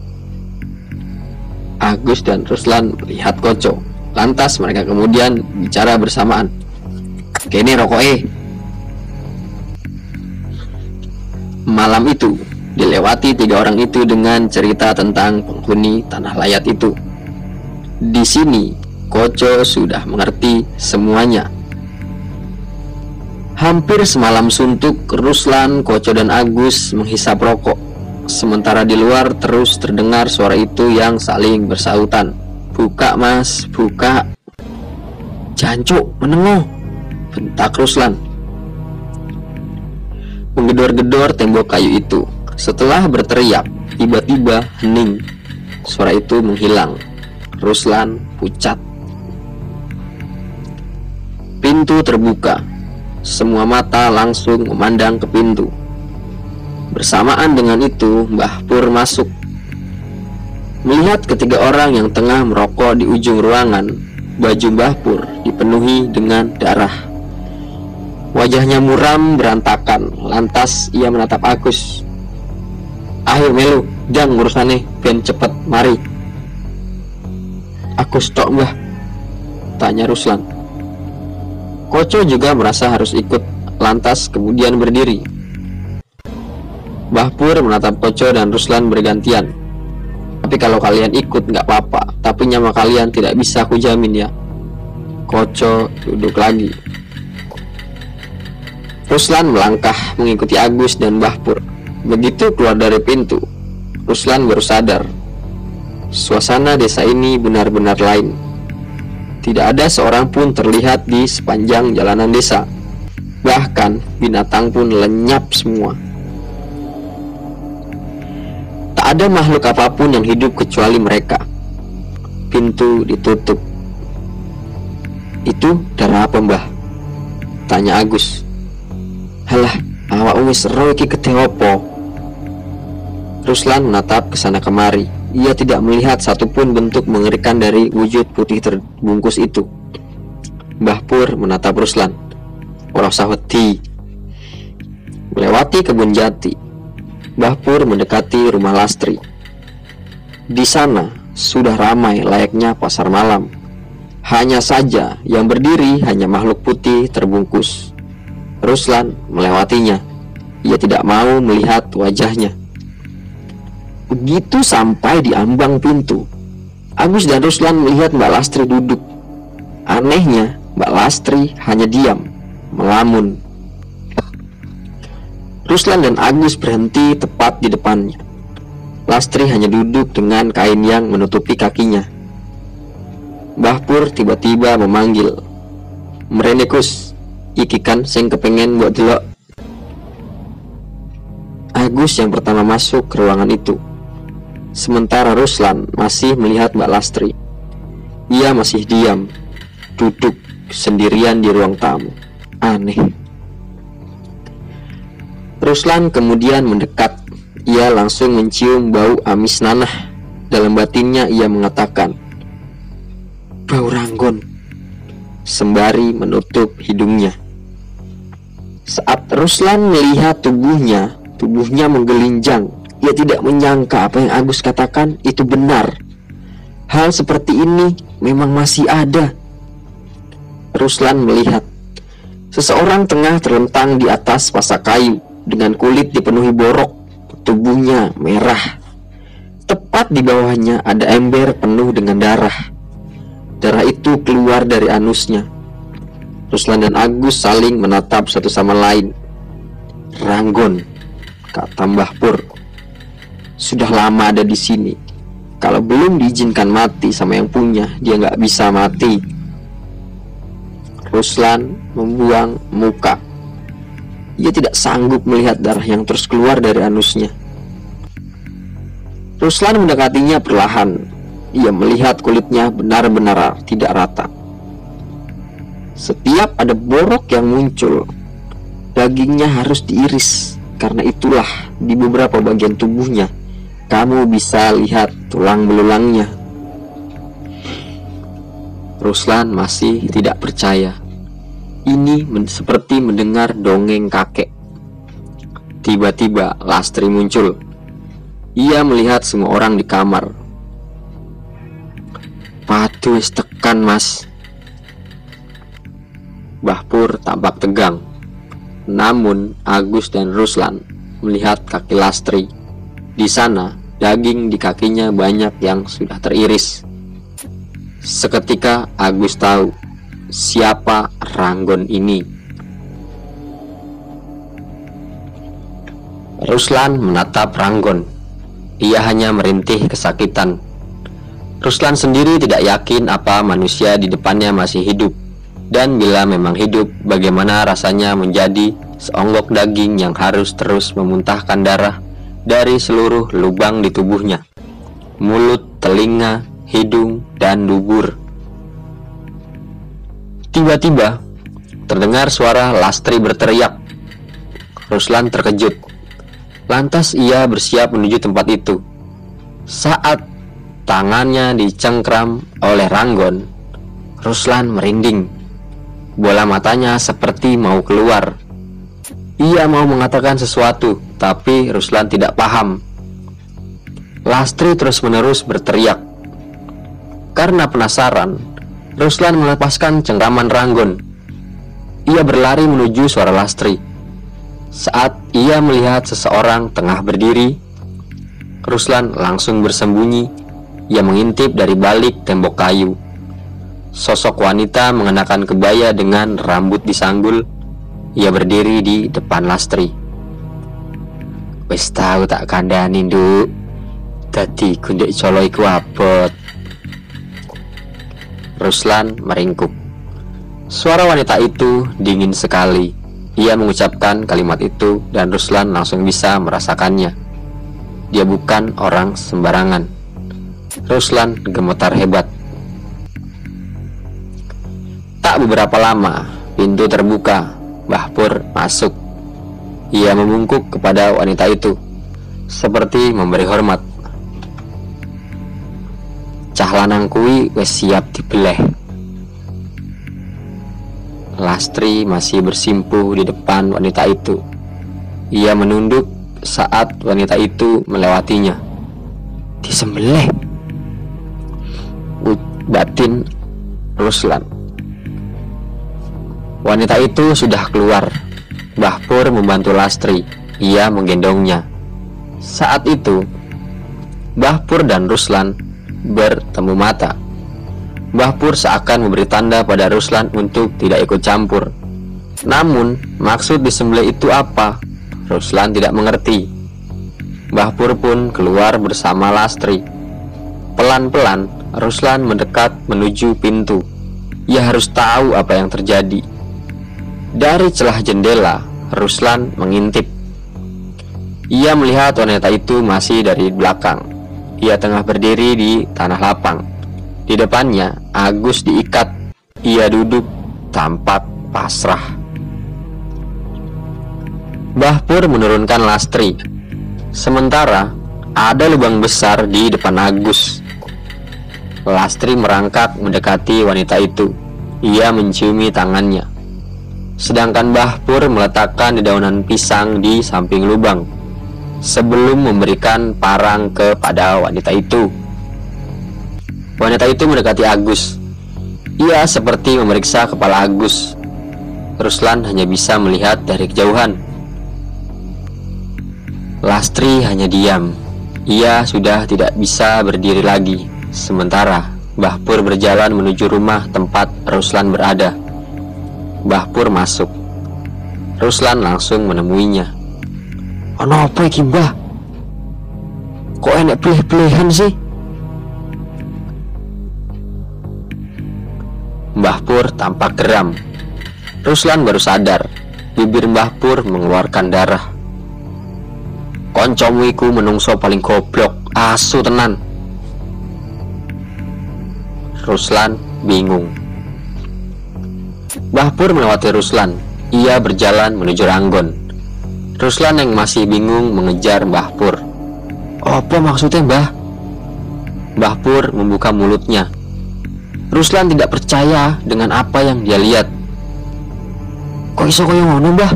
Agus dan Ruslan melihat Koco. Lantas mereka kemudian bicara bersamaan. "Kene rokok. Malam itu dilewati 3 orang itu dengan cerita tentang penghuni tanah layat itu. Di sini Koco sudah mengerti semuanya. Hampir semalam suntuk, Ruslan, Koco dan Agus menghisap rokok. Sementara di luar terus terdengar suara itu yang saling bersautan. "Buka, Mas, buka." "Jancuk, menengoh," bentak Ruslan. Menggedor-gedor tembok kayu itu. Setelah berteriak, tiba-tiba hening. Suara itu menghilang. Ruslan pucat. Pintu terbuka. Semua mata langsung memandang ke pintu. Bersamaan dengan itu, Mbah Pur masuk. Melihat ketiga orang yang tengah merokok di ujung ruangan, baju Mbah Pur dipenuhi dengan darah. Wajahnya muram berantakan. Lantas ia menatap Agus. "Ayo melu, jang urusane ben cepet mari." "Agus tok, Mbah," tanya Ruslan. Koco juga merasa harus ikut. Lantas kemudian berdiri. Mbah Pur menatap Koco dan Ruslan bergantian. "Tapi kalau kalian ikut nggak apa-apa, tapi nyawa kalian tidak bisa aku jamin ya." Koco duduk lagi. Ruslan melangkah mengikuti Agus dan Mbah Pur. Begitu keluar dari pintu, Ruslan baru sadar. Suasana desa ini benar-benar lain. Tidak ada seorang pun terlihat di sepanjang jalanan desa. Bahkan binatang pun lenyap semua. Tak ada makhluk apapun yang hidup kecuali mereka. Pintu ditutup. "Itu darah apa, Mbah?" tanya Agus. "Halah, awak wis ero iki gedhe apa?" Ruslan menatap ke sana kemari. Ia tidak melihat satupun bentuk mengerikan dari wujud putih terbungkus itu. Mbah Pur menatap Ruslan. "Ora usah wedi." Melewati kebun jati, Mbah Pur mendekati rumah Lastri. Di sana sudah ramai layaknya pasar malam. Hanya saja yang berdiri hanya makhluk putih terbungkus. Ruslan melewatinya. Ia tidak mau melihat wajahnya. Begitu sampai di ambang pintu, Agus dan Ruslan melihat Mbak Lastri duduk. Anehnya, Mbak Lastri hanya diam, melamun. Ruslan dan Agus berhenti tepat di depannya. Lastri hanya duduk dengan kain yang menutupi kakinya. Mbah Pur tiba-tiba memanggil, "Mrene Gus, iki kan sing kepengen buat delok." Agus yang pertama masuk ke ruangan itu. Sementara Ruslan masih melihat Mbak Lastri. Ia masih diam, duduk sendirian di ruang tamu. Aneh. Ruslan kemudian mendekat. Ia langsung mencium bau amis nanah. Dalam batinnya ia mengatakan, "Bau ranggon," sembari menutup hidungnya. Saat Ruslan melihat tubuhnya menggelinjang. Ia tidak menyangka apa yang Agus katakan itu benar. Hal seperti ini memang masih ada. Ruslan melihat seseorang tengah terlentang di atas pasak kayu dengan kulit dipenuhi borok. Tubuhnya merah. Tepat di bawahnya ada ember penuh dengan darah. Darah itu keluar dari anusnya. Ruslan dan Agus saling menatap satu sama lain. "Ranggon," kata Mbah Pur. "Sudah lama ada di sini. Kalau belum diizinkan mati sama yang punya, dia nggak bisa mati." Ruslan membuang muka. Ia tidak sanggup melihat darah yang terus keluar dari anusnya. Ruslan mendekatinya perlahan. ia melihat kulitnya benar-benar tidak rata. Setiap ada borok yang muncul, dagingnya harus diiris. Karena itulah di beberapa bagian tubuhnya kamu bisa lihat tulang belulangnya. Ruslan masih tidak percaya. Ini seperti mendengar dongeng kakek. Tiba-tiba Lastri muncul. Ia melihat semua orang di kamar. "Patu wis tekan, Mas." Mbah Pur tampak tegang. Namun Agus dan Ruslan melihat kaki Lastri. Di sana daging di kakinya banyak yang sudah teriris. Seketika Agus tahu siapa Ranggon ini. Ruslan menatap Ranggon. Ia hanya merintih kesakitan. Ruslan sendiri tidak yakin apa manusia di depannya masih hidup. Dan bila memang hidup, bagaimana rasanya menjadi seonggok daging yang harus terus memuntahkan darah dari seluruh lubang di tubuhnya. Mulut, telinga, hidung, dan dubur. Tiba-tiba terdengar suara Lastri berteriak. Ruslan terkejut. Lantas ia bersiap menuju tempat itu. Saat tangannya dicengkram oleh Ranggon, Ruslan merinding. Bola matanya seperti mau keluar. Ia mau mengatakan sesuatu, tapi Ruslan tidak paham. Lastri terus-menerus berteriak. Karena penasaran, Ruslan melepaskan cengkraman Ranggon. Ia berlari menuju suara Lastri. Saat ia melihat seseorang tengah berdiri, Ruslan langsung bersembunyi. Ia mengintip dari balik tembok kayu. Sosok wanita mengenakan kebaya dengan rambut disanggul. Ia berdiri di depan Lastri. "Wis tau tak kandhani, Nduk. Dadi gundek colo iku abot." Ruslan meringkuk. Suara wanita itu dingin sekali. Ia mengucapkan kalimat itu dan Ruslan langsung bisa merasakannya. Dia bukan orang sembarangan. Ruslan gemetar hebat. Tak beberapa lama, pintu terbuka. Mbah Pur masuk. Ia membungkuk kepada wanita itu, seperti memberi hormat. "Cah lanang kuwi wis siap dibeleh." Lastri masih bersimpuh di depan wanita itu. Ia menunduk saat wanita itu melewatinya. "Disembelih," batin Ruslan. Wanita itu sudah keluar. Mbah Pur membantu Lastri. Ia menggendongnya. Saat itu Mbah Pur dan Ruslan bertemu mata. Mbah Pur seakan memberi tanda pada Ruslan untuk tidak ikut campur. Namun maksud disembelih itu apa? Ruslan tidak mengerti. Mbah Pur pun keluar bersama Lastri. Pelan-pelan Ruslan mendekat menuju pintu. Ia harus tahu apa yang terjadi. Dari celah jendela Ruslan mengintip. Ia melihat wanita itu masih dari belakang. Ia tengah berdiri di tanah lapang. Di depannya Agus diikat. Ia duduk tampak pasrah. Mbah Pur menurunkan Lastri. Sementara ada lubang besar di depan Agus. Lastri merangkak mendekati wanita itu. Ia menciumi tangannya. Sedangkan Mbah Pur meletakkan dedaunan pisang di samping lubang sebelum memberikan parang kepada wanita itu. Wanita itu mendekati Agus. Ia seperti memeriksa kepala Agus. Ruslan hanya bisa melihat dari kejauhan. Lastri hanya diam. Ia sudah tidak bisa berdiri lagi. Sementara Mbah Pur berjalan menuju rumah tempat Ruslan berada. Mbah Pur masuk. Ruslan langsung menemuinya. "Ono apa iki, Mbah? Kok enek pelih-pelihan sih?" Mbah Pur tampak geram. Ruslan baru sadar. Bibir Mbah Pur mengeluarkan darah. "Koncomu iku menungso paling goblok, asu tenan." Ruslan bingung. Mbah Pur melewati Ruslan. Ia berjalan menuju Ranggon. Ruslan yang masih bingung mengejar Mbah Pur. Apa maksudnya, Mbah? Mbah Pur membuka mulutnya. Ruslan tidak percaya dengan apa yang dia lihat. Kok iso koyo ngono, Mbah?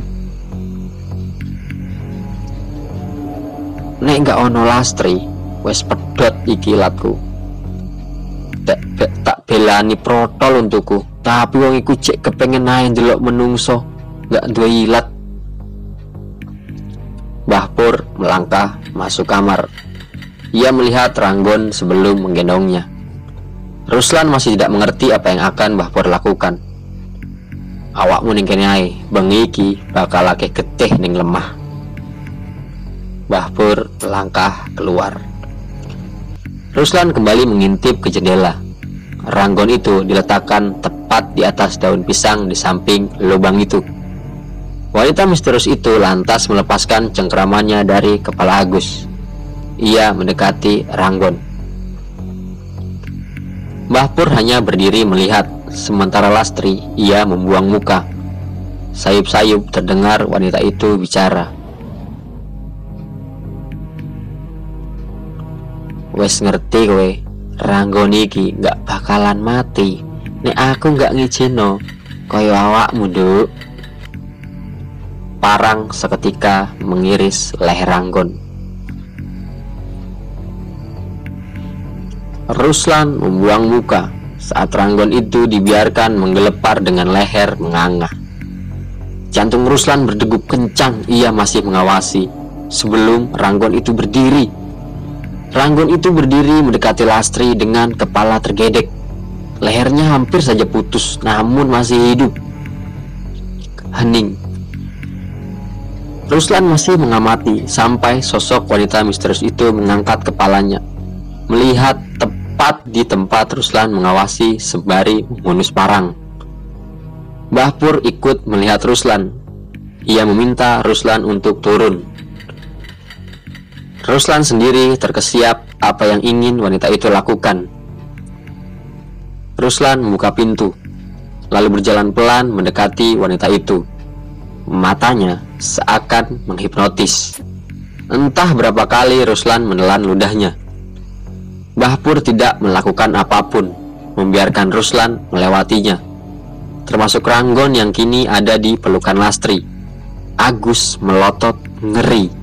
Nek gak ono Lastri, wes pedot iki ilatku. Tak belani protol untukku, tapi wong iku cek kepengen ae ndelok menungso gak duwe ilat. Mbah Pur melangkah masuk kamar. Ia melihat Ranggon sebelum menggendongnya. Ruslan masih tidak mengerti apa yang akan Mbah Pur lakukan. Awakmu ning kene ae, bengi iki bakal akeh getih ning lemah. Mbah Pur melangkah keluar. Ruslan kembali mengintip ke jendela. Ranggon itu diletakkan tepat di atas daun pisang di samping lubang itu. Wanita misterius itu lantas melepaskan cengkeramannya dari kepala Agus. Ia mendekati Ranggon. Mbah Pur hanya berdiri melihat, sementara Lastri ia membuang muka. Sayup-sayup terdengar wanita itu bicara. Wes ngerti kowe, Ranggon iki gak bakalan mati nek aku gak ngijino kaya awakmu, Nduk. Parang seketika mengiris leher Ranggon. Ruslan membuang muka saat Ranggon itu dibiarkan menggelepar dengan leher menganga. Jantung Ruslan berdegup kencang. Ia masih mengawasi sebelum Ranggon itu berdiri. Ranggon itu berdiri mendekati Lastri dengan kepala tergedek. Lehernya hampir saja putus, namun masih hidup. Hening. Ruslan masih mengamati sampai sosok wanita misterius itu mengangkat kepalanya, melihat tepat di tempat Ruslan mengawasi sembari menghunus parang. Mbah Pur ikut melihat Ruslan. Ia meminta Ruslan untuk turun. Ruslan sendiri terkesiap apa yang ingin wanita itu lakukan. Ruslan membuka pintu, lalu berjalan pelan mendekati wanita itu. Matanya seakan menghipnotis. Entah berapa kali Ruslan menelan ludahnya. Mbah Pur tidak melakukan apapun, membiarkan Ruslan melewatinya, termasuk Ranggon yang kini ada di pelukan Lastri. Agus melotot ngeri.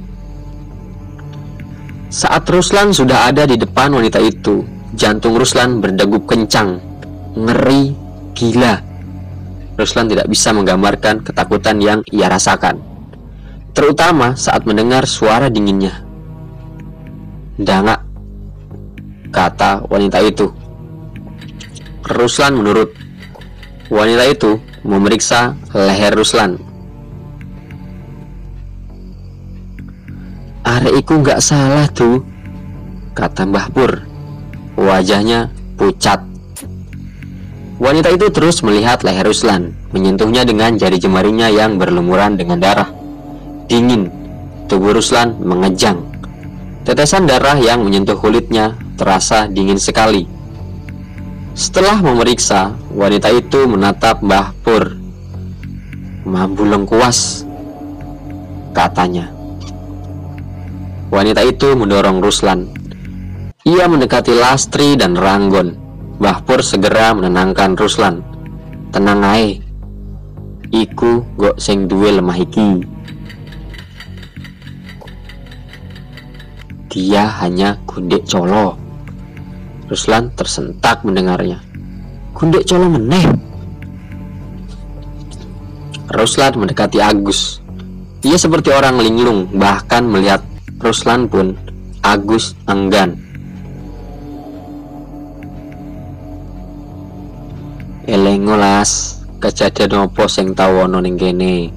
Saat Ruslan sudah ada di depan wanita itu, jantung Ruslan berdegup kencang, ngeri, gila. Ruslan tidak bisa menggambarkan ketakutan yang ia rasakan, terutama saat mendengar suara dinginnya. "Ndangak," kata wanita itu. Ruslan menurut. Wanita itu memeriksa leher Ruslan. "Arek iku gak salah tuh," kata Mbah Pur. Wajahnya pucat. Wanita itu terus melihat leher Ruslan, menyentuhnya dengan jari jemarinya yang berlumuran dengan darah. Dingin. Tubuh Ruslan mengejang. Tetesan darah yang menyentuh kulitnya terasa dingin sekali. Setelah memeriksa, wanita itu menatap Mbah Pur. "Mambu lengkuas," katanya. Wanita itu mendorong Ruslan. Ia mendekati Lastri dan Ranggon. Mbah Pur segera menenangkan Ruslan. "Tenang ae. Iku gak sing duwe lemah iki. Dia hanya gundek colo." Ruslan tersentak mendengarnya. "Gundek colo meneh?" Ruslan mendekati Agus. Ia seperti orang linglung, bahkan melihat Ruslan pun Agus enggan. "Elengolas, kejadian opo sing tau ono ning kene?"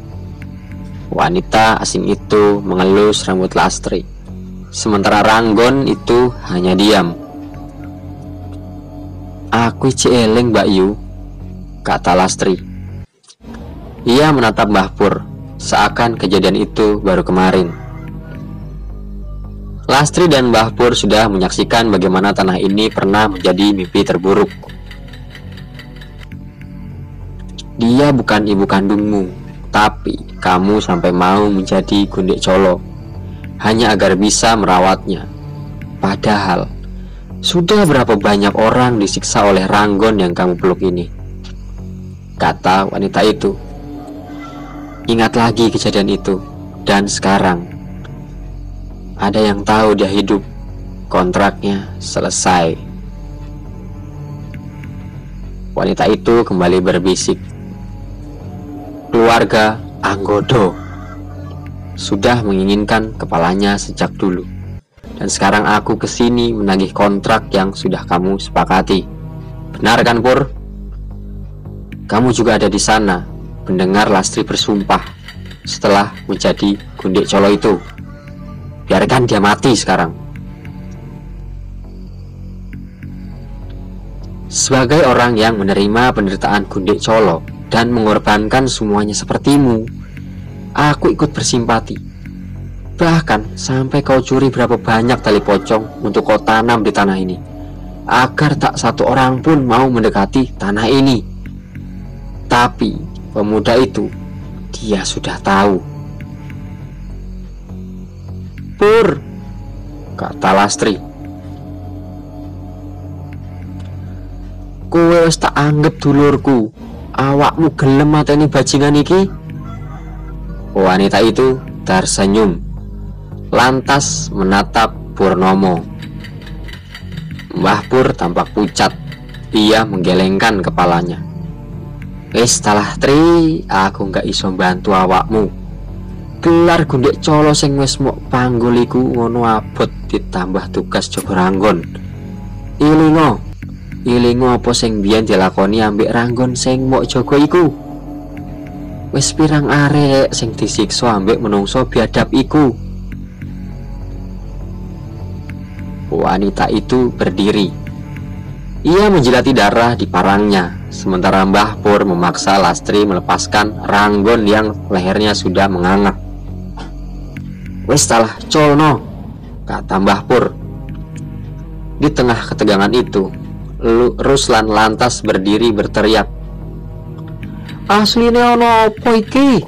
Wanita asing itu mengelus rambut Lastri, sementara Ranggon itu hanya diam. "Aku cek eleng, Mbak Yu," kata Lastri. Ia menatap Mbah Pur, seakan kejadian itu baru kemarin. Lastri dan Mbah Pur sudah menyaksikan bagaimana tanah ini pernah menjadi mimpi terburuk. Dia bukan ibu kandungmu, tapi kamu sampai mau menjadi Gundek Colo hanya agar bisa merawatnya. Padahal sudah berapa banyak orang disiksa oleh Ranggon yang kamu peluk ini, kata wanita itu. Ingat lagi kejadian itu. Dan sekarang ada yang tahu dia hidup, kontraknya selesai. Wanita itu kembali berbisik. Keluarga Anggodo sudah menginginkan kepalanya sejak dulu. Dan sekarang aku kesini menagih kontrak yang sudah kamu sepakati. Benar kan, Pur? Kamu juga ada di sana mendengar Lastri bersumpah setelah menjadi Gundek Colo itu. Biarkan dia mati sekarang. Sebagai orang yang menerima penderitaan Gundek Colo dan mengorbankan semuanya sepertimu, aku ikut bersimpati. Bahkan sampai kau curi berapa banyak tali pocong untuk kau tanam di tanah ini, agar tak satu orang pun mau mendekati tanah ini. Tapi pemuda itu, dia sudah tahu. Pur, kata Lastri, kowe wis tak anggap dulurku, awakmu gelem mateni bajingan iki? Wanita itu tersenyum, lantas menatap Purnomo. Mbah Pur tampak pucat. Ia menggelengkan kepalanya. Wis talah Tri, aku gak iso bantu awakmu. Gelar Gundek Colo sing wis mok panggul iku ngono abot ditambah tugas Joko Ranggon. Ilingo apa sing biyen dilakoni ambek Ranggon sing mok jaga iku. Wis pirang arek sing disiksa ambek menungso biadab iku. Wanita itu berdiri. Ia menjilati darah di parangnya, sementara Mbah Pur memaksa Lastri melepaskan Ranggon yang lehernya sudah menganga. Wis talah Colno, kata Mbah Pur. Di tengah ketegangan itu, Ruslan lantas berdiri berteriak, asline ono apa iki?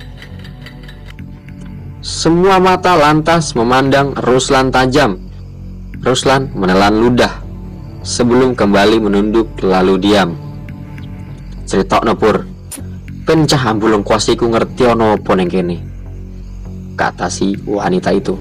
Semua mata lantas memandang Ruslan tajam. Ruslan menelan ludah sebelum kembali menunduk lalu diam. Critokno Pur, pencah ambulung kuasiku ngerti ono apa ning kene, kata si wanita itu.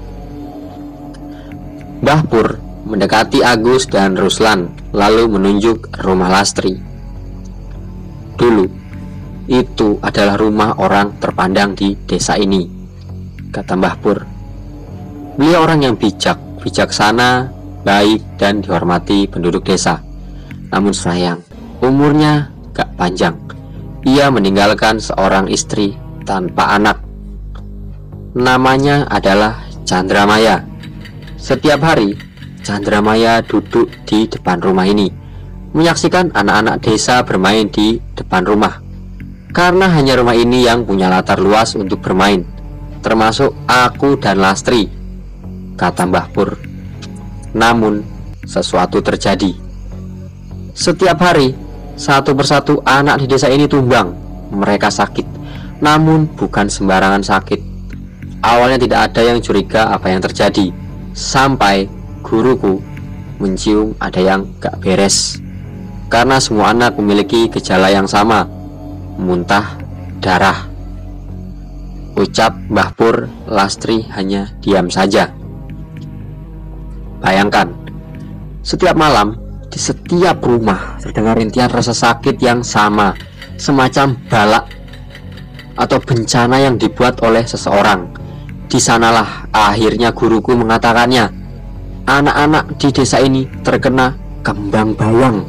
Mbah Pur mendekati Agus dan Ruslan lalu menunjuk rumah Lastri. Dulu itu adalah rumah orang terpandang di desa ini, kata Mbah Pur. Beliau orang yang bijaksana, baik dan dihormati penduduk desa. Namun sayang, umurnya gak panjang. Ia meninggalkan seorang istri tanpa anak. Namanya adalah Chandramaya. Setiap hari Chandramaya duduk di depan rumah ini, menyaksikan anak-anak desa bermain di depan rumah. Karena hanya rumah ini yang punya latar luas untuk bermain, termasuk aku dan Lastri, kata Mbah Pur. Namun sesuatu terjadi. Setiap hari satu persatu anak di desa ini tumbang. Mereka sakit, namun bukan sembarangan sakit. Awalnya tidak ada yang curiga apa yang terjadi, sampai guruku mencium ada yang gak beres. Karena semua anak memiliki gejala yang sama, muntah darah. Ucap Mbah Pur. Lastri hanya diam saja. Bayangkan, setiap malam di setiap rumah terdengar rintihan rasa sakit yang sama, semacam balak atau bencana yang dibuat oleh seseorang. Di sanalah akhirnya guruku mengatakannya, anak-anak di desa ini terkena kembang bawang.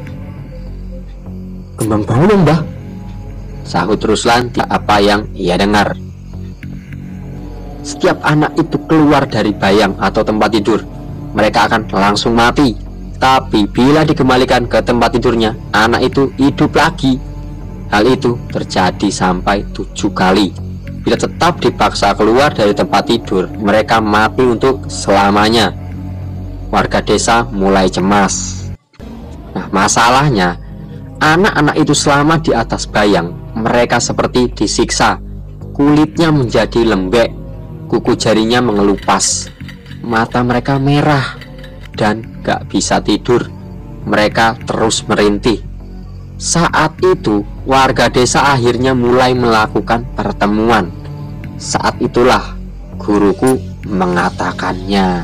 Kembang bawang, Mbah? Sahut Ruslan apa yang ia dengar. Setiap anak itu keluar dari bayang atau tempat tidur, mereka akan langsung mati. Tapi bila dikembalikan ke tempat tidurnya, anak itu hidup lagi. Hal itu terjadi sampai 7 kali. Bila tetap dipaksa keluar dari tempat tidur, mereka mati untuk selamanya. Warga desa mulai cemas. Nah, masalahnya, anak-anak itu selama di atas bayang, mereka seperti disiksa. Kulitnya menjadi lembek, kuku jarinya mengelupas, mata mereka merah, dan gak bisa tidur. Mereka terus merintih. Saat itu, warga desa akhirnya mulai melakukan pertemuan. Saat itulah guruku mengatakannya.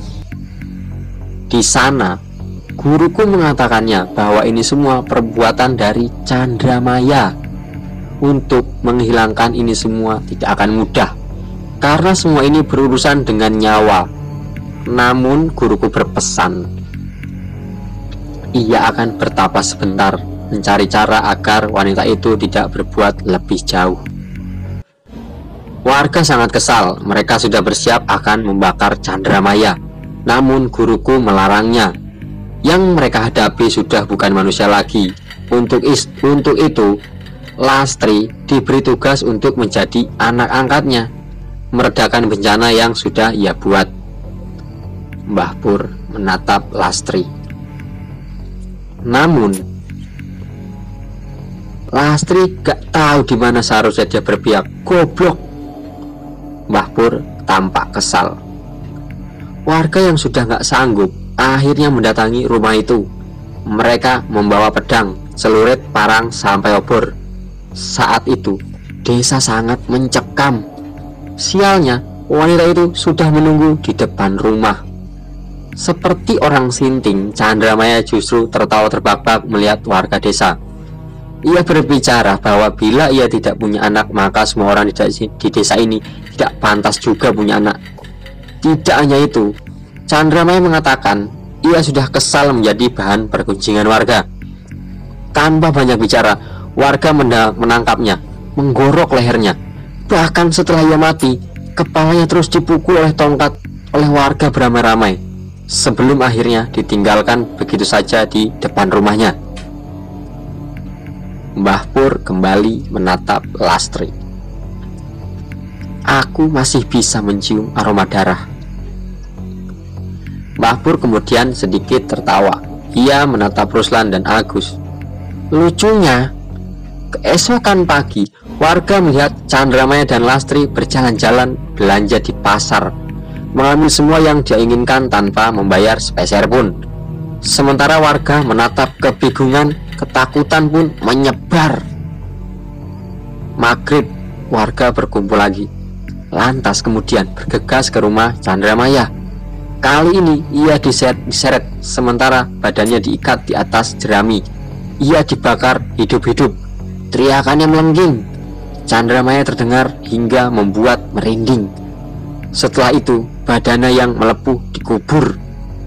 Di sana, guruku mengatakannya bahwa ini semua perbuatan dari Chandramaya. Untuk menghilangkan ini semua tidak akan mudah, karena semua ini berurusan dengan nyawa. Namun guruku berpesan, ia akan bertapa sebentar, mencari cara agar wanita itu tidak berbuat lebih jauh. Warga sangat kesal, mereka sudah bersiap akan membakar Chandramaya. Namun guruku melarangnya. Yang mereka hadapi sudah bukan manusia lagi. Untuk itu, Lastri diberi tugas untuk menjadi anak angkatnya, meredakan bencana yang sudah ia buat. Mbah Pur menatap Lastri. Namun Lastri gak tahu di mana seharusnya dia berpihak. Goblok. Mbah Pur tampak kesal. Warga yang sudah gak sanggup akhirnya mendatangi rumah itu. Mereka membawa pedang, celurit, parang, sampai obor. Saat itu desa sangat mencekam. Sialnya, wanita itu sudah menunggu di depan rumah. Seperti orang sinting, Chandramaya justru tertawa terbahak-bahak melihat warga desa. Ia berbicara bahwa bila ia tidak punya anak, maka semua orang di desa ini tidak pantas juga punya anak. Tidak hanya itu, Chandramaya mengatakan ia sudah kesal menjadi bahan pergunjingan warga. Tanpa banyak bicara, warga menangkapnya, menggorok lehernya. Bahkan setelah ia mati, kepalanya terus dipukul oleh tongkat oleh warga beramai-ramai, sebelum akhirnya ditinggalkan begitu saja di depan rumahnya. Mbah Pur kembali menatap Lastri. Aku masih bisa mencium aroma darah. Mbah Pur kemudian sedikit tertawa. Ia menatap Ruslan dan Agus. Lucunya, keesokan pagi, warga melihat Chandramaya dan Lastri berjalan-jalan belanja di pasar, mengambil semua yang dia inginkan tanpa membayar sepeser pun. Sementara warga menatap kebingungan, ketakutan pun menyebar. Maghrib, warga berkumpul lagi. Lantas kemudian bergegas ke rumah Chandramaya. Kali ini ia diseret, sementara badannya diikat di atas jerami. Ia dibakar hidup-hidup. Teriakannya melengging. Chandramaya terdengar hingga membuat merinding. Setelah itu, badannya yang melepuh dikubur.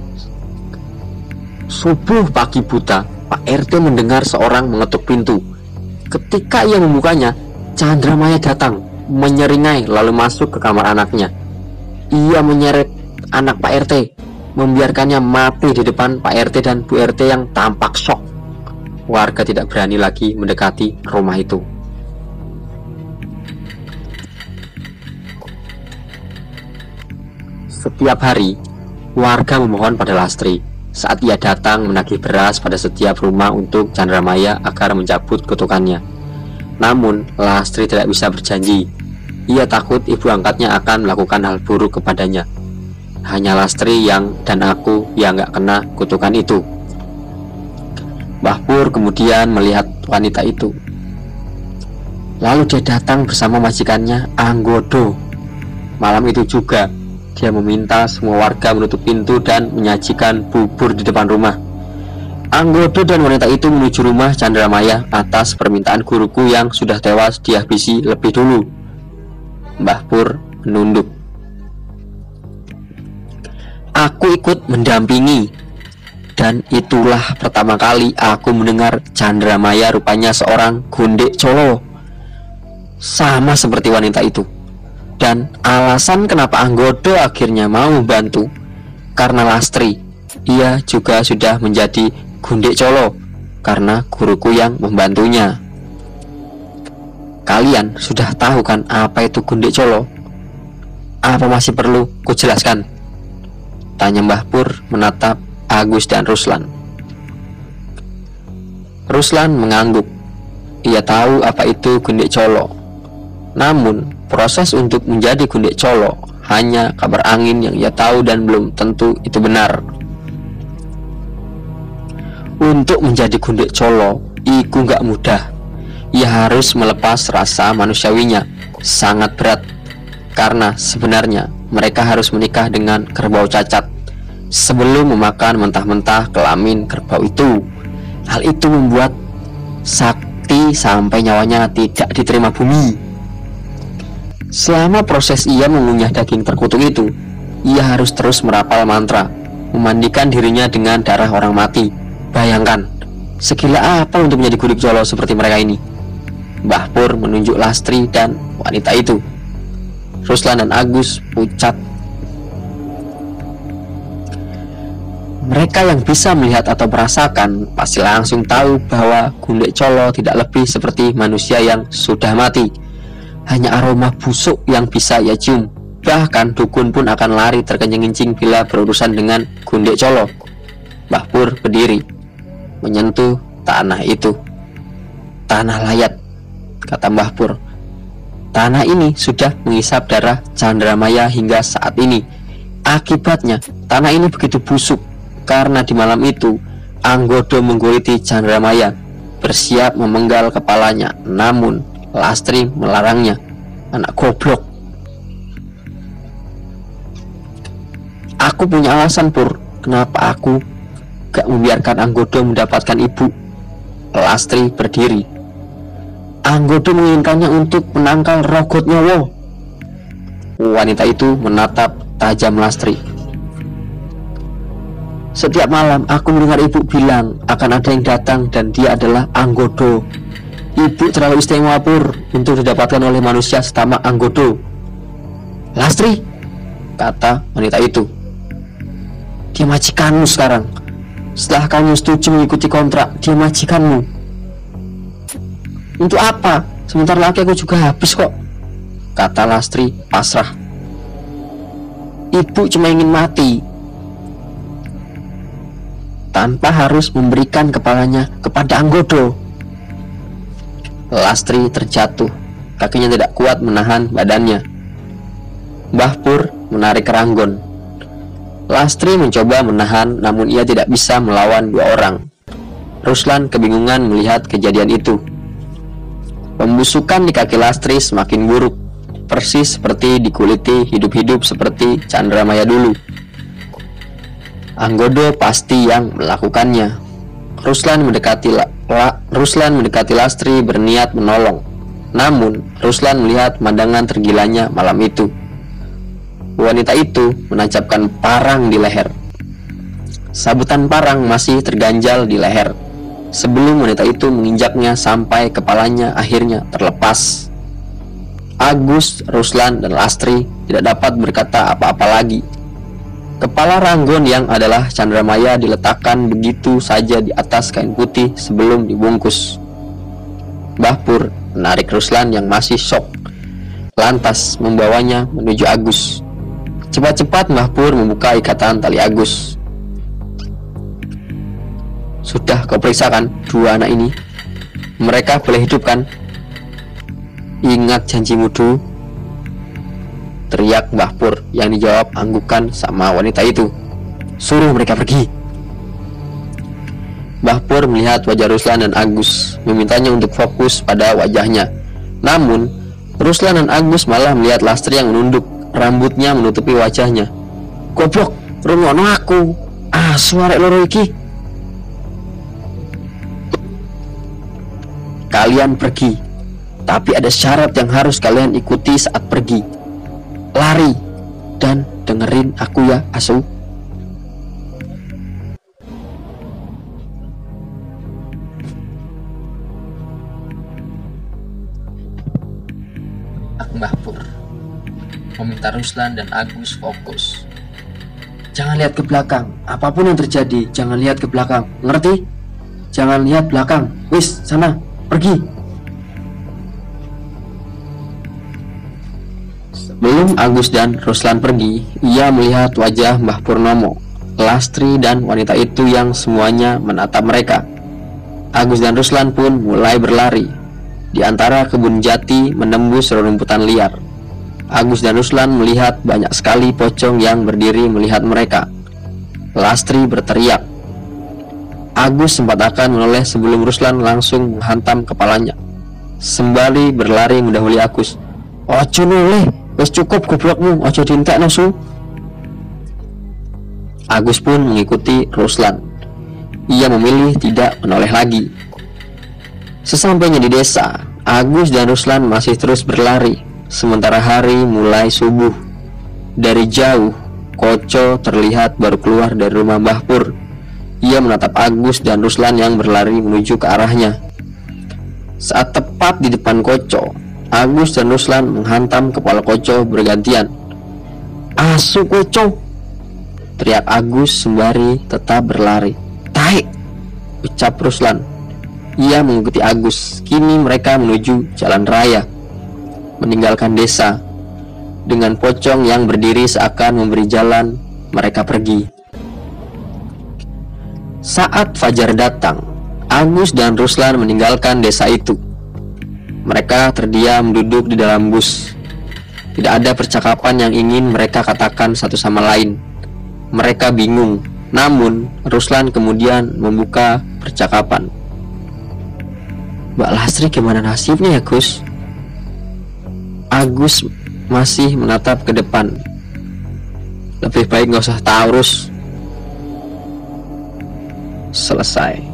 Subuh pagi buta, Pak RT mendengar seorang mengetuk pintu. Ketika ia membukanya, Chandramaya datang, menyeringai lalu masuk ke kamar anaknya. Ia menyeret anak Pak RT, membiarkannya mati di depan Pak RT dan Bu RT yang tampak shock. Warga tidak berani lagi mendekati rumah itu. Setiap hari, warga memohon pada Lastri saat ia datang menagih beras pada setiap rumah untuk Chandramaya agar mencabut kutukannya. Namun Lastri tidak bisa berjanji. Ia takut ibu angkatnya akan melakukan hal buruk kepadanya. Hanya Lastri dan aku yang gak kena kutukan itu. Mbah Pur kemudian melihat wanita itu. Lalu dia datang bersama majikannya Anggodo. Malam itu juga dia meminta semua warga menutup pintu dan menyajikan bubur di depan rumah. Anggodo dan wanita itu menuju rumah Chandramaya atas permintaan guruku yang sudah tewas dihabisi lebih dulu. Mbah Pur menunduk. Aku ikut mendampingi, dan itulah pertama kali aku mendengar Chandramaya rupanya seorang gondek colo, sama seperti wanita itu. Dan alasan kenapa Anggodo akhirnya mau membantu karena Lastri. Ia juga sudah menjadi gondek colo karena guruku yang membantunya. Kalian sudah tahu kan apa itu Gundek Colo? Apa masih perlu kujelaskan? Tanya Mbah Pur menatap Agus dan Ruslan. Ruslan mengangguk. Ia tahu apa itu Gundek Colo. Namun proses untuk menjadi Gundek Colo hanya kabar angin yang ia tahu dan belum tentu itu benar. Untuk menjadi Gundek Colo itu gak mudah. Ia harus melepas rasa manusiawinya. Sangat berat. Karena sebenarnya mereka harus menikah dengan kerbau cacat sebelum memakan mentah-mentah kelamin kerbau itu. Hal itu membuat Sakti sampai nyawanya tidak diterima bumi. Selama proses ia mengunyah daging terkutuk itu, ia harus terus merapal mantra, memandikan dirinya dengan darah orang mati. Bayangkan, segila apa untuk menjadi Gundek Colo seperti mereka ini. Mbah Pur menunjuk Lastri dan wanita itu. Ruslan dan Agus pucat. Mereka yang bisa melihat atau merasakan pasti langsung tahu bahwa Gundek Colo tidak lebih seperti manusia yang sudah mati. Hanya aroma busuk yang bisa ia cium. Bahkan dukun pun akan lari terkencing-kencing bila berurusan dengan Gundek Colo. Mbah Pur berdiri, menyentuh tanah itu. Tanah layat, kata Mbah Pur. Tanah ini sudah menghisap darah Chandramaya hingga saat ini. Akibatnya, tanah ini begitu busuk karena di malam itu Anggodo mengguliti Chandramaya, bersiap memenggal kepalanya. Namun Lastri melarangnya. Anak goblok. Aku punya alasan, Pur. Kenapa aku gak membiarkan Anggodo mendapatkan ibu? Lastri berdiri. Anggodo menginginkannya untuk menangkal rogot nyawa. Wanita itu menatap tajam Lastri. Setiap malam aku mendengar ibu bilang akan ada yang datang dan dia adalah Anggodo. Ibu terlalu istimewa, Pur, untuk didapatkan oleh manusia setamak Anggodo. Lastri, kata wanita itu, dia majikanmu sekarang. Setelah kamu setuju mengikuti kontrak, dia majikanmu. Untuk apa? Sebentar lagi aku juga habis kok, kata Lastri pasrah. Ibu cuma ingin mati tanpa harus memberikan kepalanya kepada Anggodo. Lastri terjatuh. Kakinya tidak kuat menahan badannya. Mbah Pur menarik keranggon. Lastri mencoba menahan, namun ia tidak bisa melawan dua orang. Ruslan kebingungan melihat kejadian itu. Pembusukan di kaki Lastri semakin buruk, persis seperti dikuliti hidup-hidup seperti Chandramaya dulu. Anggodo pasti yang melakukannya. Ruslan mendekati Lastri berniat menolong. Namun Ruslan melihat pemandangan tergilanya malam itu. Wanita itu menancapkan parang di leher. Sabutan parang masih terganjal di leher sebelum wanita itu menginjaknya sampai kepalanya akhirnya terlepas. Agus, Ruslan, dan Lastri tidak dapat berkata apa-apa lagi. Kepala Ranggon yang adalah Chandramaya diletakkan begitu saja di atas kain putih sebelum dibungkus. Mbah Pur menarik Ruslan yang masih syok, lantas membawanya menuju Agus. Cepat-cepat Mbah Pur membuka ikatan tali Agus. Sudah kau periksa kan dua anak ini? Mereka boleh hidup kan? Ingat janjimu dulu, teriak Mbah Pur yang dijawab anggukan sama wanita itu. Suruh mereka pergi. Mbah Pur melihat wajah Ruslan dan Agus, memintanya untuk fokus pada wajahnya. Namun Ruslan dan Agus malah melihat Lastri yang menunduk, rambutnya menutupi wajahnya. Goblok, rungono aku. Suara loro iki. Kalian pergi, tapi ada syarat yang harus kalian ikuti saat pergi. Lari dan dengerin aku ya, Asu. Mbah Pur meminta Ruslan dan Agus fokus. Jangan lihat ke belakang, apapun yang terjadi, jangan lihat ke belakang, ngerti? Jangan lihat belakang, wis, sana, pergi. Belum Agus dan Ruslan pergi, ia melihat wajah Mbah Purnomo, Lastri dan wanita itu yang semuanya menatap mereka. Agus dan Ruslan pun mulai berlari di antara kebun jati menembus rerumputan liar. Agus dan Ruslan melihat banyak sekali pocong yang berdiri melihat mereka. Lastri berteriak. Agus sempat akan menoleh sebelum Ruslan langsung menghantam kepalanya. Sembari berlari mendahului Agus. "Ojo noleh, wes cukup goblokmu, ojo dintek nasu." Agus pun mengikuti Ruslan. Ia memilih tidak menoleh lagi. Sesampainya di desa, Agus dan Ruslan masih terus berlari. Sementara hari mulai subuh. Dari jauh, Koco terlihat baru keluar dari rumah Mbah Pur. Ia menatap Agus dan Ruslan yang berlari menuju ke arahnya. Saat tepat di depan Koco, Agus dan Ruslan menghantam kepala Koco bergantian. "Asu Koco!" teriak Agus sembari tetap berlari. "Tai!" ucap Ruslan. Ia mengikuti Agus. Kini mereka menuju jalan raya, meninggalkan desa. Dengan pocong yang berdiri seakan memberi jalan, mereka pergi. Saat fajar datang, Agus dan Ruslan meninggalkan desa itu. Mereka terdiam duduk di dalam bus. Tidak ada percakapan yang ingin mereka katakan satu sama lain. Mereka bingung. Namun Ruslan kemudian membuka percakapan. "Mbak Lastri gimana nasibnya ya Gus?" Agus masih menatap ke depan. "Lebih baik gak usah tahu, Rus." Selesai.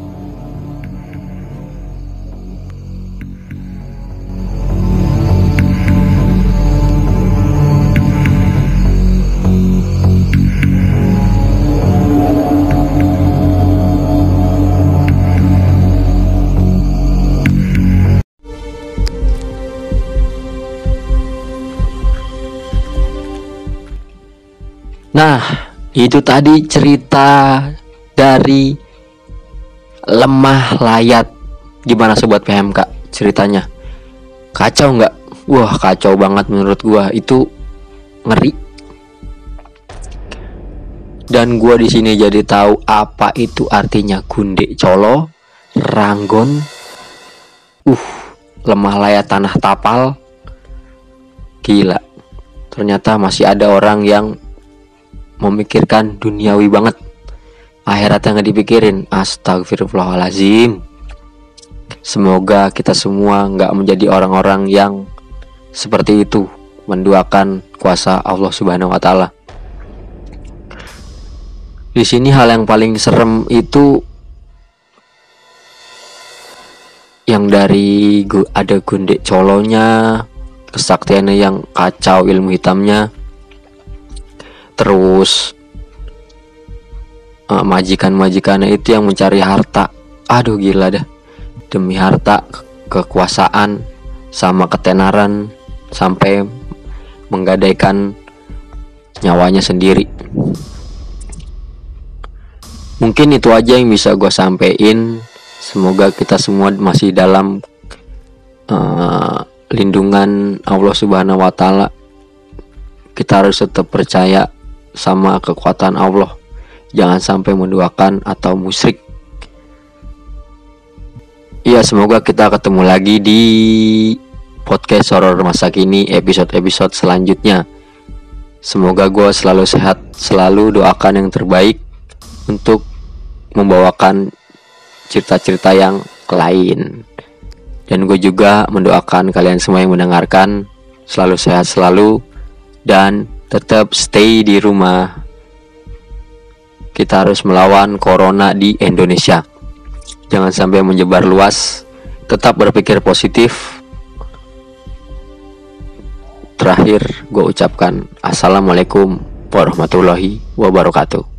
Nah, itu tadi cerita dari Lemah Layat. Gimana sobat PMK ceritanya? Kacau nggak? Wah, kacau banget menurut gua. Itu ngeri. Dan gua di sini jadi tahu apa itu artinya Gundek Colo, Ranggon, Lemah Layat Tanah Tapal. Gila. Ternyata masih ada orang yang memikirkan duniawi banget, akhiratnya nggak dipikirin. Astagfirullahalazim. Semoga kita semua nggak menjadi orang-orang yang seperti itu, menduakan kuasa Allah Subhanahu Wa Taala. Di sini hal yang paling serem itu yang dari ada Gundek Colonya, kesaktiannya yang kacau, ilmu hitamnya. Terus majikan-majikannya itu yang mencari harta. Aduh gila dah. Demi harta, kekuasaan, sama ketenaran, sampai menggadaikan nyawanya sendiri. Mungkin itu aja yang bisa gue sampein. Semoga kita semua masih dalam lindungan Allah Subhanahu Wa Taala. Kita harus tetap percaya sama kekuatan Allah. Jangan sampai menduakan atau musyrik. Ya, semoga kita ketemu lagi di podcast horor masa kini, episode-episode selanjutnya. Semoga gue selalu sehat, selalu doakan yang terbaik untuk membawakan cerita-cerita yang lain. Dan gue juga mendoakan kalian semua yang mendengarkan selalu sehat selalu dan tetap stay di rumah. Kita harus melawan corona di Indonesia. Jangan sampai menyebar luas. Tetap berpikir positif. Terakhir gue ucapkan Assalamualaikum warahmatullahi wabarakatuh.